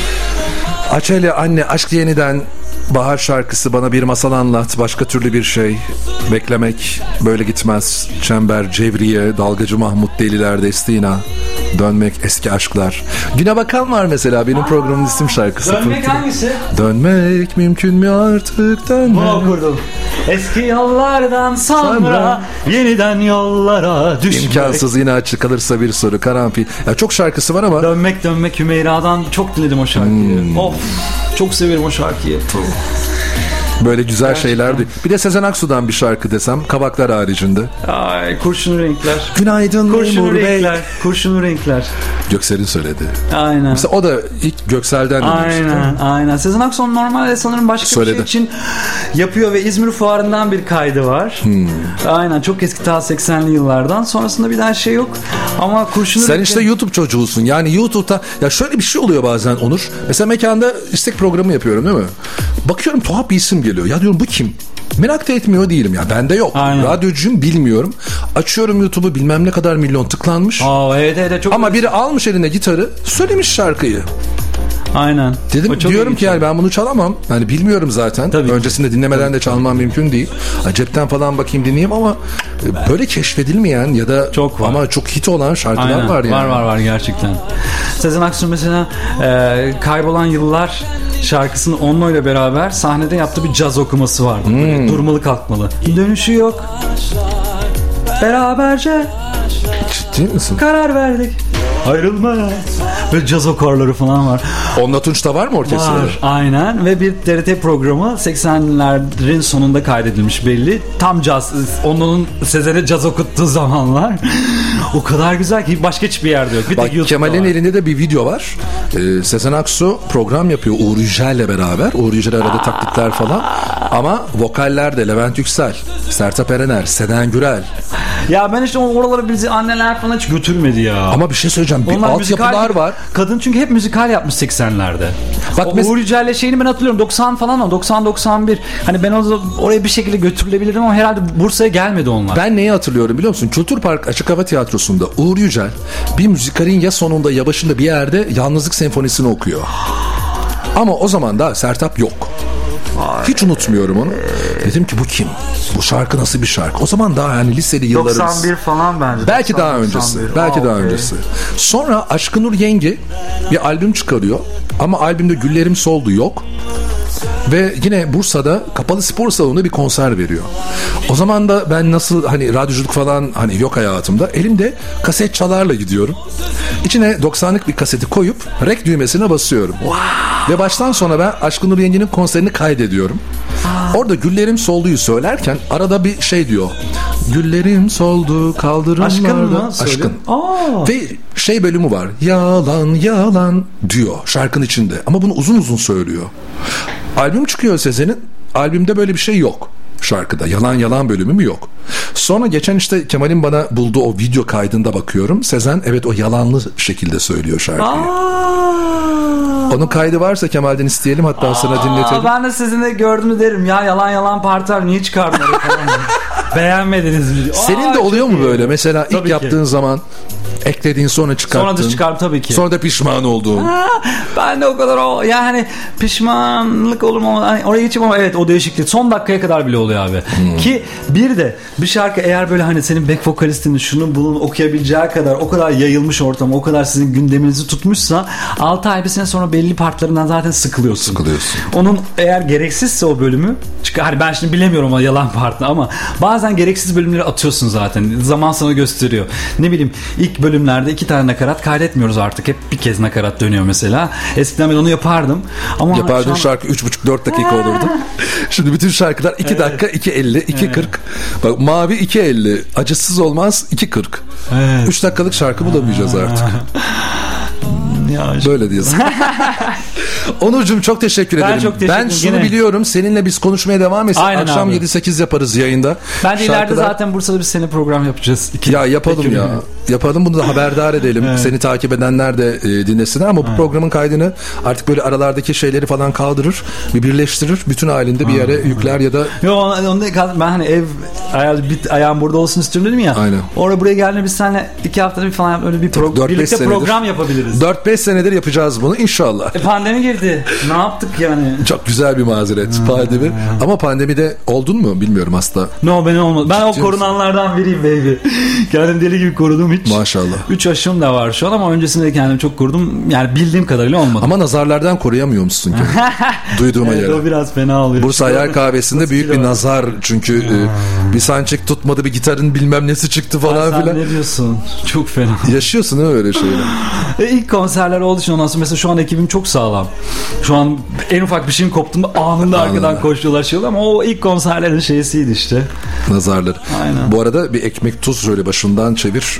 Açelya anne aşk yeniden, bahar şarkısı, bana bir masal anlat, başka türlü bir şey, beklemek böyle gitmez, çember, cevriye, dalgacı Mahmut, deliler destina, dönmek, eski aşklar. Güne Bakan var mesela benim programın isim şarkısı. Dönmek hangisi? Dönmek mümkün mü artık, dönmek. Bunu okurdum. Eski yollardan sonra yeniden yollara düşmek. İmkansız, yine açık kalırsa bir soru, karanfil. Ya çok şarkısı var ama. Dönmek Hümeyra'dan çok dinledim o şarkıyı. Of, çok severim o şarkıyı. Böyle güzel şeyler. Bir de Sezen Aksu'dan bir şarkı desem, Kabaklar haricinde. Ay, Kurşunlu Renkler. Günaydın Memur Bey. Kurşunlu Renkler. Göksel'in söyledi. Aynen. Mesela o da ilk Göksel'den dinlemiştim. Aynen. Sezen Aksu normalde sanırım başka bir şey için yapıyor ve İzmir Fuarı'ndan bir kaydı var. Aynen, çok eski, ta 80'li yıllardan. Sonrasında bir daha şey yok. Ama Kurşunlu Sen işte YouTube çocuğusun. Yani YouTube'da ya şöyle bir şey oluyor bazen Onur. Mesela mekanda istek programı yapıyorum değil mi? Bakıyorum tuhaf bir isim geliyor. Ya diyorum bu kim? Merak da etmiyor değilim ya. Bende yok. Aynen. Radyocuyum, bilmiyorum. Açıyorum YouTube'u, bilmem ne kadar milyon tıklanmış. Evet, çok. Ama biri almış eline gitarı, söylemiş şarkıyı. Aynen. Dedim, diyorum ki yani ben bunu çalamam. Yani bilmiyorum zaten. Tabii. Öncesinde dinlemeden de çalmam mümkün değil. Cepten falan bakayım, dinleyeyim ama böyle keşfedilmeyen ya da çok var. Ama çok hit olan şarkılar var yani. Var gerçekten. Sezen Aksu mesela Kaybolan Yıllar şarkısını Onno ile beraber sahnede yaptığı bir caz okuması vardı. Durmalı kalkmalı. Dönüşü yok. Beraberce ciddi misin? Karar verdik. Ayrılmaya. Böyle caz okarları falan var. Onunla Tunç'ta var mı orkestrada? Var, aynen. Ve bir TRT programı 80'lerin sonunda kaydedilmiş belli. Tam caz. Onun Sezen'e caz okuttuğu zamanlar. O kadar güzel ki başka hiçbir yerde yok. Bir bak, Kemal'in elinde de bir video var. Sezen Aksu program yapıyor Uğur Yücel'le beraber. Uğur Yücel arada taklitler falan. Ama vokallerde Levent Yüksel, Sertab Erener, Seden Gürel. Ya ben işte oralara bizi anneler falan hiç götürmedi ya. Ama bir şey söyleyeceğim. Bir altyapılar var. Kadın çünkü hep müzikal yapmış 80'lerde. Bak Uğur Yücel'le şeyini ben hatırlıyorum. 90 falan o. 90-91. Hani ben oraya bir şekilde götürülebilirdim ama herhalde Bursa'ya gelmedi onlar. Ben neyi hatırlıyorum biliyor musun? Kültür Park Açık Hava Tiyatrosu'nda Uğur Yücel bir müzikalin ya sonunda ya başında bir yerde Yalnızlık Senfonisini okuyor. Ama o zaman da Sertab yok. Hiç unutmuyorum onu. Dedim ki bu kim? Bu şarkı nasıl bir şarkı? O zaman daha yani liseli yıllarımız. 91 falan bence. Belki daha öncesi. Belki daha öncesi. Sonra Aşkınur Yenge bir albüm çıkarıyor. Ama albümde Güllerim Soldu yok. Ve yine Bursa'da kapalı spor salonunda bir konser veriyor. O zaman da ben nasıl hani radyoculuk falan hani yok hayatımda. Elimde kaset çalarla gidiyorum. İçine 90'lık bir kaseti koyup rek düğmesine basıyorum. Ve baştan sona ben Aşkınur Yengi'nin konserini kaydediyorum. Orada Güllerim Soldu'yu söylerken arada bir şey diyor. Güllerim soldu kaldırımlarda. Aşkın mı? Aşkın. Ve şey bölümü var. Yalan yalan diyor şarkının içinde. Ama bunu uzun uzun söylüyor. Albüm çıkıyor Sezen'in. Albümde böyle bir şey yok şarkıda. Yalan yalan bölümü mü yok. Sonra geçen işte Kemal'in bana bulduğu o video kaydında bakıyorum. Sezen evet o yalanlı şekilde söylüyor şarkıyı. Onun kaydı varsa Kemal'den isteyelim, hatta sana dinletelim. Ben de sizinle gördüğümü derim ya, yalan yalan parti niye çıkardın falan. Beğenmediniz mi? Senin de oluyor mu böyle? Mesela ilk yaptığın zaman eklediğin, sonra çıkarttın. Sonra da çıkardım tabii ki. Sonra da pişman oldun. Ben de o kadar yani pişmanlık olur mu? Hani oraya geçeyim ama evet, o değişiklik son dakikaya kadar bile oluyor abi. Ki bir de bir şarkı eğer böyle hani senin back vokalistinin şunu bunun okuyabileceği kadar, o kadar yayılmış ortam, o kadar sizin gündeminizi tutmuşsa 6 ay bir sene sonra belli partlarından zaten sıkılıyorsun. Onun eğer gereksizse o bölümü çıkar. Hani ben şimdi bilemiyorum o yalan partını ama bazen gereksiz bölümleri atıyorsun zaten. Zaman sana gösteriyor. Ne bileyim, ilk bölümlerde 2 tane nakarat kaydetmiyoruz artık. Hep bir kez nakarat dönüyor mesela. Eskiden ben onu yapardım. Ama yapardığın şarkı 3,5-4 dakika olurdu. Şimdi bütün şarkılar 2 dakika, 2.50, 2.40. Bak Mavi 2.50, Acısız Olmaz 2.40. 3 dakikalık şarkı bulamayacağız artık. ya. Böyle diyorsun. Onurcuğum çok teşekkür ederim. Çok teşekkür ben şunu yine biliyorum. Seninle biz konuşmaya devam etsek akşam 7-8 yaparız yayında. Ben de ileride zaten Bursa'da bir sene program yapacağız. Ya yapalım ya. Yapalım, bunu da haberdar edelim. Evet. Seni takip edenler de dinlesinler ama bu programın kaydını artık böyle aralardaki şeyleri falan kaldırır, birleştirir. Bütün halinde bir yere yükler ya da... Yok, ben hani ev ayağım burada olsun istiyorum dedim ya. Aynen. Orada buraya geldiğinde biz seninle 2 haftada bir falan öyle birlikte program yapabiliriz. 4-5 senedir yapacağız bunu inşallah. Pandemi girdi. Ne yaptık yani? Çok güzel bir mazeret pandemi. Ama pandemide oldun mu bilmiyorum hasta. No, ben olmadım. Ben o korunanlardan biriyim baby. Kendim deli gibi korudum hiç. Maşallah. 3 aşım da var şu an ama öncesinde de kendimi çok korudum. Yani bildiğim kadarıyla olmadı. Ama nazarlardan koruyamıyor musun ki? Duyduğuma göre. O biraz fena oluyor. Bursa Hayal Kahvesi'nde büyük bir nazar çünkü bir sancık tutmadı, bir gitarın bilmem nesi çıktı falan filan. Ne diyorsun? Çok fena. Yaşıyorsun değil mi öyle şeyler? İlk konserler olduğu için ondan sonra mesela şu an ekibim çok sağlam. Şu an en ufak bir şeyin koptuğunda anında arkadan koşuyorlar ama o ilk konserlerin şeysiydi işte. Nazarları. Aynen. Bu arada bir ekmek tuz şöyle başından çevir.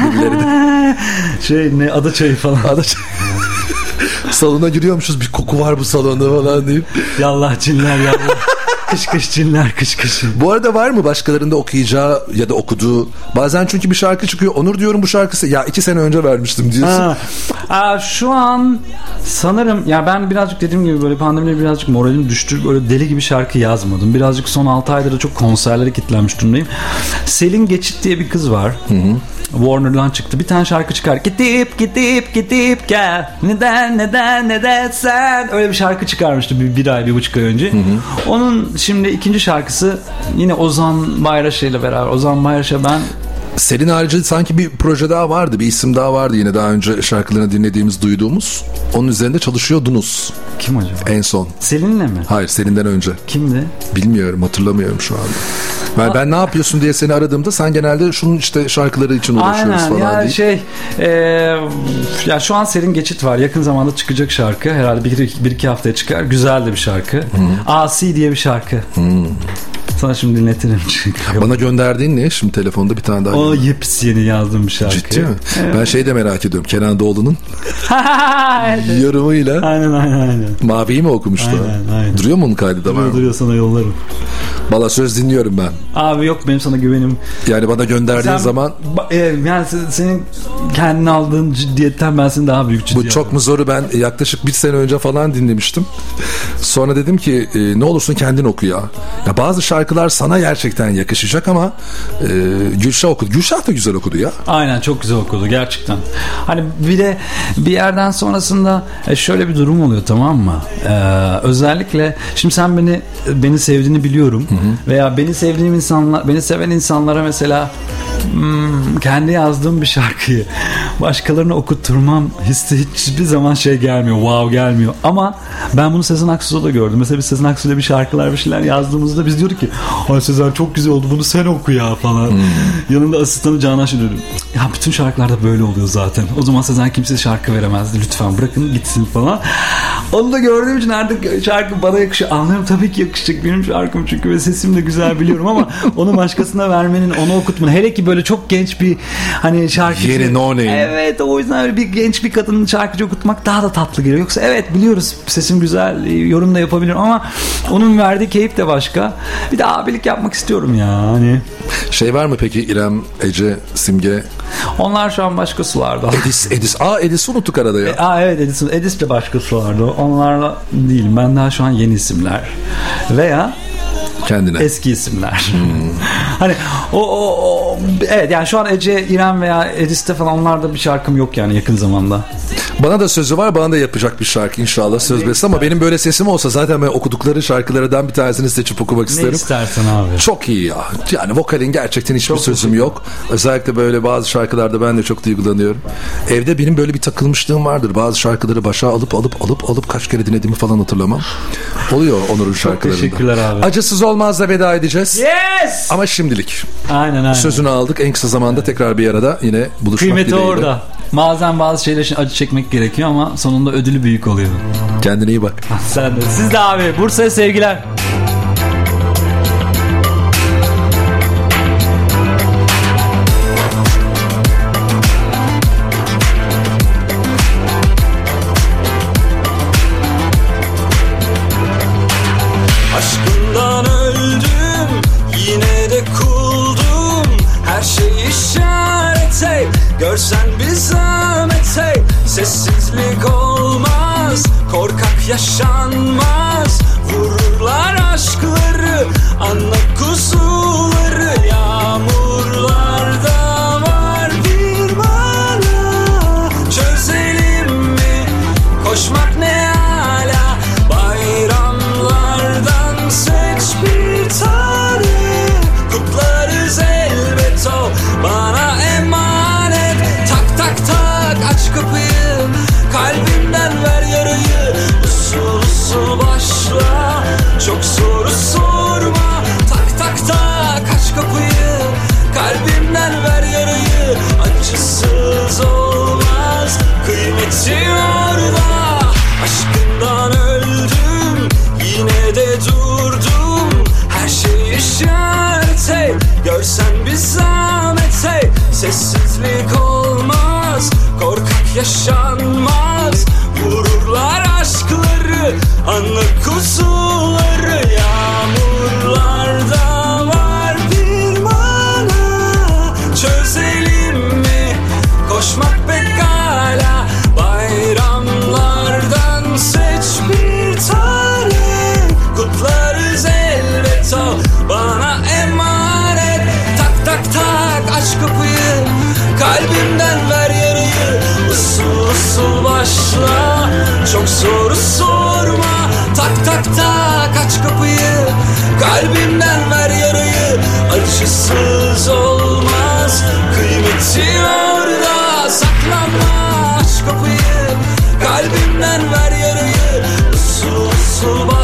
Ne ada çayı falan. Ada çayı. Salona giriyormuşuz, bir koku var bu salonda falan deyip. Yallah cinler yallah. Kış kış cinler kış kış. Bu arada var mı başkalarında okuyacağı ya da okuduğu? Bazen çünkü bir şarkı çıkıyor. Onur diyorum bu şarkısı. Ya 2 sene önce vermiştim diyorsun. Şu an sanırım ya ben birazcık dediğim gibi böyle pandemide birazcık moralim düştü. Böyle deli gibi şarkı yazmadım. Birazcık son 6 aydır da çok konserlere kilitlenmiş durumdayım. Selin Geçit diye bir kız var. Hı. Warner'dan çıktı. Bir tane şarkı çıkar. Gidip gel. Neden sen. Öyle bir şarkı çıkarmıştı bir ay, 1,5 ay önce. Hı. Onun şimdi ikinci şarkısı yine Ozan Bayraş'a ile beraber. Ozan Bayraş'a ben... Selin harici sanki bir proje daha vardı. Bir isim daha vardı yine daha önce şarkılarını dinlediğimiz, duyduğumuz. Onun üzerinde çalışıyordunuz. Kim acaba? En son. Selin'le mi? Hayır, Selin'den önce. Kimdi? Bilmiyorum, hatırlamıyorum şu anda. Ben ne yapıyorsun diye seni aradığımda sen genelde şunun işte şarkıları için uğraşıyoruz falan ya diye. Ya şu an Selin Geçit var. Yakın zamanda çıkacak şarkı. Herhalde 1-2 haftaya çıkar. Güzel de bir şarkı. Asi diye bir şarkı. Sana şimdi dinletirim. Bana gönderdiğin ne? Şimdi telefonda bir tane daha. O yepyeni yazdığım bir şarkı. Ciddi mi? Evet. Ben şey de merak ediyorum. Kenan Doğulu'nun yorumuyla. Aynen. Mavi'yi mi okumuştu? Aynen. Duruyor mu onun kaydı da? Duruyor, sana yollarım. Valla söz dinliyorum ben. Abi yok, benim sana güvenim. Yani bana gönderdiğin zaman. Yani senin kendini aldığın ciddiyetten ben seni daha büyük ciddiye. Bu çok mu zoru, ben yaklaşık 1 sene önce falan dinlemiştim. Sonra dedim ki ne olursun kendin oku ya. Ya bazı şarkılar sana gerçekten yakışacak ama Gülşah okudu. Gülşah da güzel okudu ya. Aynen, çok güzel okudu gerçekten. Hani bir de bir yerden sonrasında şöyle bir durum oluyor, tamam mı? Özellikle şimdi sen beni sevdiğini biliyorum. Hı-hı. Veya beni seven insanlara mesela kendi yazdığım bir şarkıyı başkalarına okutturmam hissi hiçbir zaman gelmiyor, wow gelmiyor. Ama ben bunu Sezen Aksu'da da gördüm. Mesela biz Sezen Aksu'yla bir şarkılar, bir şeyler yazdığımızda biz diyorduk ki ay Sezen çok güzel oldu, bunu sen oku ya falan. Yanında asistanı Canan şey diyordu. Ya bütün şarkılarda böyle oluyor zaten. O zaman Sezen kimseye şarkı veremezdi. Lütfen bırakın gitsin falan. Onu da gördüğüm için artık şarkı bana yakışıyor. Anlıyorum, tabii ki yakışacak, benim şarkım çünkü ve sesim de güzel biliyorum ama onu başkasına vermenin, onu okutmanın, hele ki böyle çok genç bir hani şarkıcı. Yeni no name. Evet, o yüzden öyle bir genç bir kadının şarkıcı okutmak daha da tatlı geliyor. Yoksa evet biliyoruz sesim güzel, yorum da yapabilirim ama onun verdiği keyif de başka. Bir de abilik yapmak istiyorum ya hani. Şey var mı peki İrem, Ece, Simge? Onlar şu an başka sularda. Edis. Edis'i unuttuk arada ya. Evet Edis de başka sularda. Onlarla değilim. Ben daha şu an yeni isimler. Veya kendine. Eski isimler. Hani evet yani şu an Ece, İrem veya Edis'te falan onlarda bir şarkım yok yani yakın zamanda. Bana da sözü var, bana da yapacak bir şarkı inşallah, söz besi ama benim böyle sesim olsa zaten ben okudukları şarkılardan bir tanesini seçip okumak isterim. Ne istersen abi. Çok iyi ya. Yani vokalin gerçekten hiçbir sözüm yok. Özellikle böyle bazı şarkılarda ben de çok duygulanıyorum. Evde benim böyle bir takılmışlığım vardır. Bazı şarkıları başa alıp kaç kere dinlediğimi falan hatırlamam. Oluyor Onur'un şarkılarında. Teşekkürler abi. Acısız olmazla veda edeceğiz. Yes! Ama şimdilik. Aynen. Sözünü aldık. En kısa zamanda tekrar bir arada yine buluşmak kıymeti dileğiyle. Orada. Bazen bazı şeyler için acı çekmek gerekiyor ama sonunda ödülü büyük oluyor. Kendine iyi bak. Sen de. Siz de abi. Bursa'ya sevgiler. görsen bir zahmet hey. Sessizlik olmaz, korkak yaşanmaz. Vururlar aşkları, anla kuzuları. Yağmurlarda var bir mana. Çözelim mi? Koşmak ne ala. Bayramlardan seç bir tane. Kutlarız elbet o bana emanet. Tak tak tak aç kapıyı, kalbimden ver yarayı. Usul usul başla, çok soru sorma. Tak tak tak aç kapıyı, kalbimden ver yarayı. Acısız olmaz, kıymeti orada. Aşkından öldüm, yine de durdum. Her şey işaret hey, görsen bir zahmet hey. Sessizlik olmaz, korkak yaşanmaz. Vururlar aşkları, anla kuzuları. Yağmurlarda var bir mana. Çözelim mi? Koşmak pekala. Bayramlardan seç bir tane. Kutlarız elbet o bana emanet. Tak tak tak aç kapıyı, kalbimden ver yarayı. Usul usul başla, çok soru sorma. Tak tak tak aç kapıyı, kalbimden ver yarayı. Acısız olmaz, kıymeti orada. Saklanma aç kapıyı, kalbimden ver yarayı. Usul usul başla.